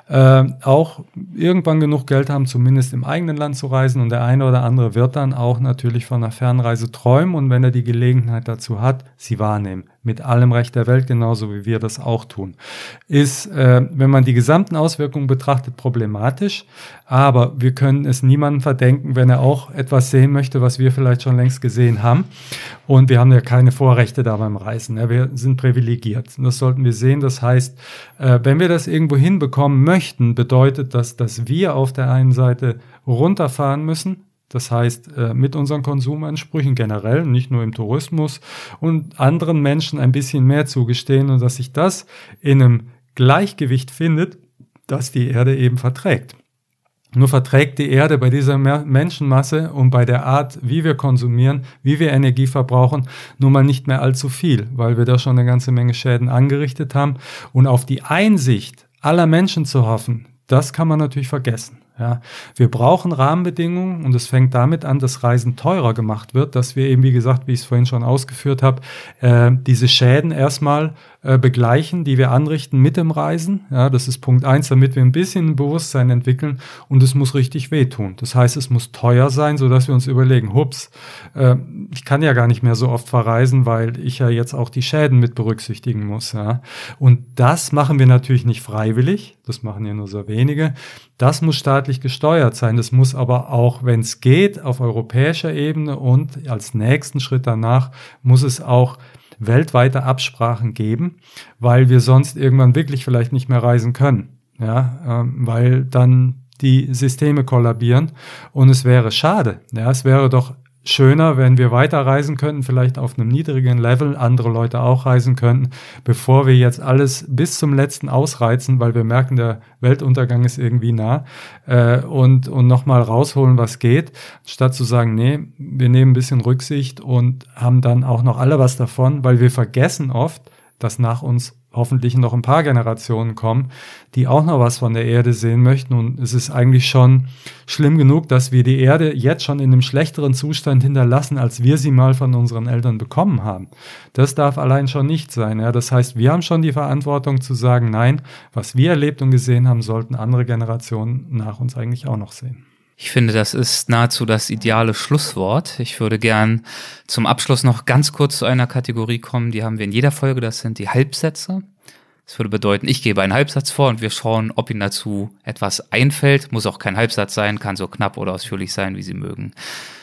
äh, auch irgendwann genug Geld haben, zumindest im eigenen Land zu reisen. Und der eine oder andere wird dann auch natürlich von einer Fernreise träumen und wenn er die Gelegenheit dazu hat, sie wahrnehmen. Mit allem Recht der Welt, genauso wie wir das auch tun. Ist, äh, wenn man die gesamten Auswirkungen betrachtet, problematisch. Aber wir können es niemandem verdenken, wenn er auch etwas sehen möchte, was wir vielleicht schon längst gesehen haben. Und wir haben ja keine Vorrechte da beim Reisen. Ja, wir sind privilegiert. Und das sollten wir sehen. Das heißt, äh, wenn wir das irgendwo hinbekommen möchten, bedeutet das, dass wir auf der einen Seite runterfahren müssen. Das heißt, mit unseren Konsumansprüchen generell, nicht nur im Tourismus und anderen Menschen ein bisschen mehr zugestehen und dass sich das in einem Gleichgewicht findet, das die Erde eben verträgt. Nur verträgt die Erde bei dieser Menschenmasse und bei der Art, wie wir konsumieren, wie wir Energie verbrauchen, nun mal nicht mehr allzu viel, weil wir da schon eine ganze Menge Schäden angerichtet haben. Und auf die Einsicht aller Menschen zu hoffen, das kann man natürlich vergessen. Ja, wir brauchen Rahmenbedingungen und es fängt damit an, dass Reisen teurer gemacht wird, dass wir eben, wie gesagt, wie ich es vorhin schon ausgeführt habe, äh, diese Schäden erstmal äh, begleichen, die wir anrichten mit dem Reisen. Ja, das ist Punkt eins, damit wir ein bisschen ein Bewusstsein entwickeln und es muss richtig wehtun. Das heißt, es muss teuer sein, sodass wir uns überlegen, hups, äh, ich kann ja gar nicht mehr so oft verreisen, weil ich ja jetzt auch die Schäden mit berücksichtigen muss. Ja. Und das machen wir natürlich nicht freiwillig, das machen ja nur so wenige. Das muss staatlich gesteuert sein. Das muss aber auch, wenn es geht, auf europäischer Ebene und als nächsten Schritt danach muss es auch weltweite Absprachen geben, weil wir sonst irgendwann wirklich vielleicht nicht mehr reisen können. Ja, ähm, weil dann die Systeme kollabieren und es wäre schade. Ja, es wäre doch schöner, wenn wir weiter reisen könnten, vielleicht auf einem niedrigen Level, andere Leute auch reisen könnten, bevor wir jetzt alles bis zum Letzten ausreizen, weil wir merken, der Weltuntergang ist irgendwie nah äh, und, und nochmal rausholen, was geht, statt zu sagen, nee, wir nehmen ein bisschen Rücksicht und haben dann auch noch alle was davon, weil wir vergessen oft, dass nach uns hoffentlich noch ein paar Generationen kommen, die auch noch was von der Erde sehen möchten. Und es ist eigentlich schon schlimm genug, dass wir die Erde jetzt schon in einem schlechteren Zustand hinterlassen, als wir sie mal von unseren Eltern bekommen haben. Das darf allein schon nicht sein. Ja. Das heißt, wir haben schon die Verantwortung zu sagen, nein, was wir erlebt und gesehen haben, sollten andere Generationen nach uns eigentlich auch noch sehen. Ich finde, das ist nahezu das ideale Schlusswort. Ich würde gern zum Abschluss noch ganz kurz zu einer Kategorie kommen, die haben wir in jeder Folge, das sind die Halbsätze. Das würde bedeuten, ich gebe einen Halbsatz vor und wir schauen, ob Ihnen dazu etwas einfällt. Muss auch kein Halbsatz sein, kann so knapp oder ausführlich sein, wie Sie mögen.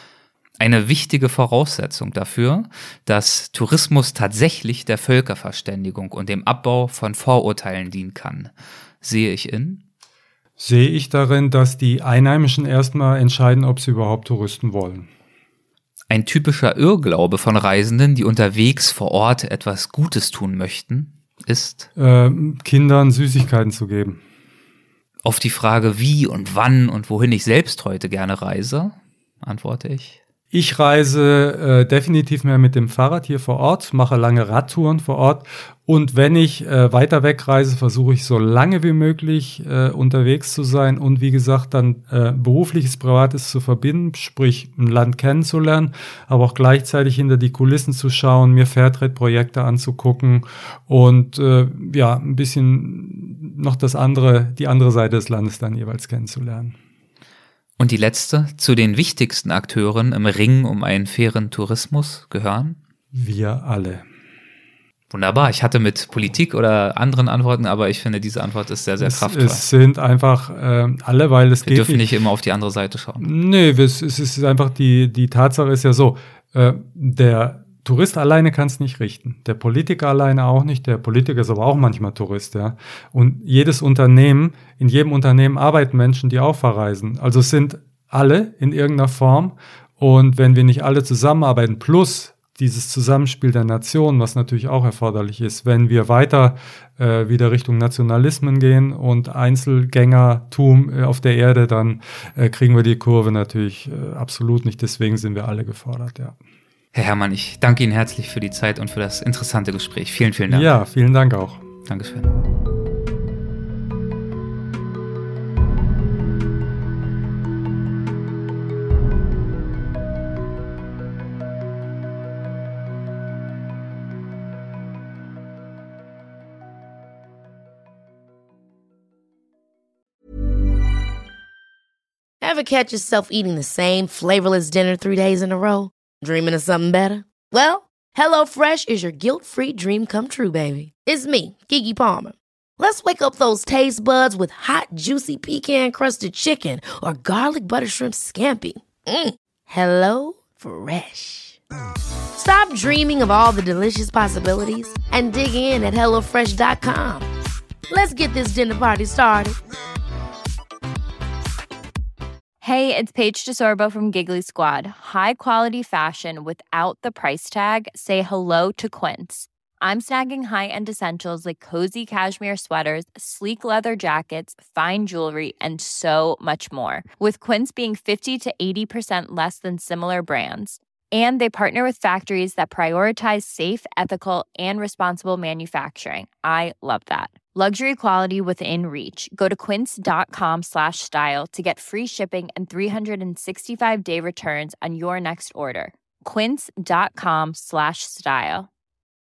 Eine wichtige Voraussetzung dafür, dass Tourismus tatsächlich der Völkerverständigung und dem Abbau von Vorurteilen dienen kann, sehe ich in... Sehe ich darin, dass die Einheimischen erstmal entscheiden, ob sie überhaupt Touristen wollen. Ein typischer Irrglaube von Reisenden, die unterwegs vor Ort etwas Gutes tun möchten, ist, äh, Kindern Süßigkeiten zu geben. Auf die Frage, wie und wann und wohin ich selbst heute gerne reise, antworte ich. Ich reise äh, definitiv mehr mit dem Fahrrad hier vor Ort, mache lange Radtouren vor Ort und wenn ich äh, weiter weg reise, versuche ich so lange wie möglich äh, unterwegs zu sein und wie gesagt dann äh, berufliches, privates zu verbinden, sprich ein Land kennenzulernen, aber auch gleichzeitig hinter die Kulissen zu schauen, mir Fairtrade-Projekte anzugucken und äh, ja ein bisschen noch das andere, die andere Seite des Landes dann jeweils kennenzulernen. Und die letzte, zu den wichtigsten Akteuren im Ring um einen fairen Tourismus gehören? Wir alle. Wunderbar, ich hatte mit Politik oder anderen Antworten, aber ich finde, diese Antwort ist sehr, sehr es, kraftvoll. Es sind einfach äh, alle, weil es Wir geht dürfen nicht immer auf die andere Seite schauen. Nee, es, es ist einfach, die, die Tatsache ist ja so, äh, der Tourist alleine kann es nicht richten. Der Politiker alleine auch nicht. Der Politiker ist aber auch manchmal Tourist, ja. Und jedes Unternehmen, in jedem Unternehmen arbeiten Menschen, die auch verreisen. Also es sind alle in irgendeiner Form. Und wenn wir nicht alle zusammenarbeiten, plus dieses Zusammenspiel der Nationen, was natürlich auch erforderlich ist, wenn wir weiter äh, wieder Richtung Nationalismen gehen und Einzelgängertum äh, auf der Erde, dann äh, kriegen wir die Kurve natürlich äh, absolut nicht. Deswegen sind wir alle gefordert, ja. Herr Herrmann, ich danke Ihnen herzlich für die Zeit und für das interessante Gespräch. Vielen, vielen Dank. Ja, vielen Dank auch. Dankeschön. Ever catch yourself eating the same flavorless dinner three days in a row? Dreaming of something better? Well, HelloFresh is your guilt-free dream come true, baby. It's me, Keke Palmer. Let's wake up those taste buds with hot, juicy pecan-crusted chicken or garlic butter shrimp scampi. Mm. Hello Fresh. Stop dreaming of all the delicious possibilities and dig in at hello fresh dot com. Let's get this dinner party started. Hey, it's Paige DeSorbo from Giggly Squad. High quality fashion without the price tag. Say hello to Quince. I'm snagging high-end essentials like cozy cashmere sweaters, sleek leather jackets, fine jewelry, and so much more. With Quince being fifty to eighty percent less than similar brands. And they partner with factories that prioritize safe, ethical, and responsible manufacturing. I love that. Luxury quality within reach. Go to quince.com slash style to get free shipping and three sixty-five day returns on your next order. Quince.com slash style.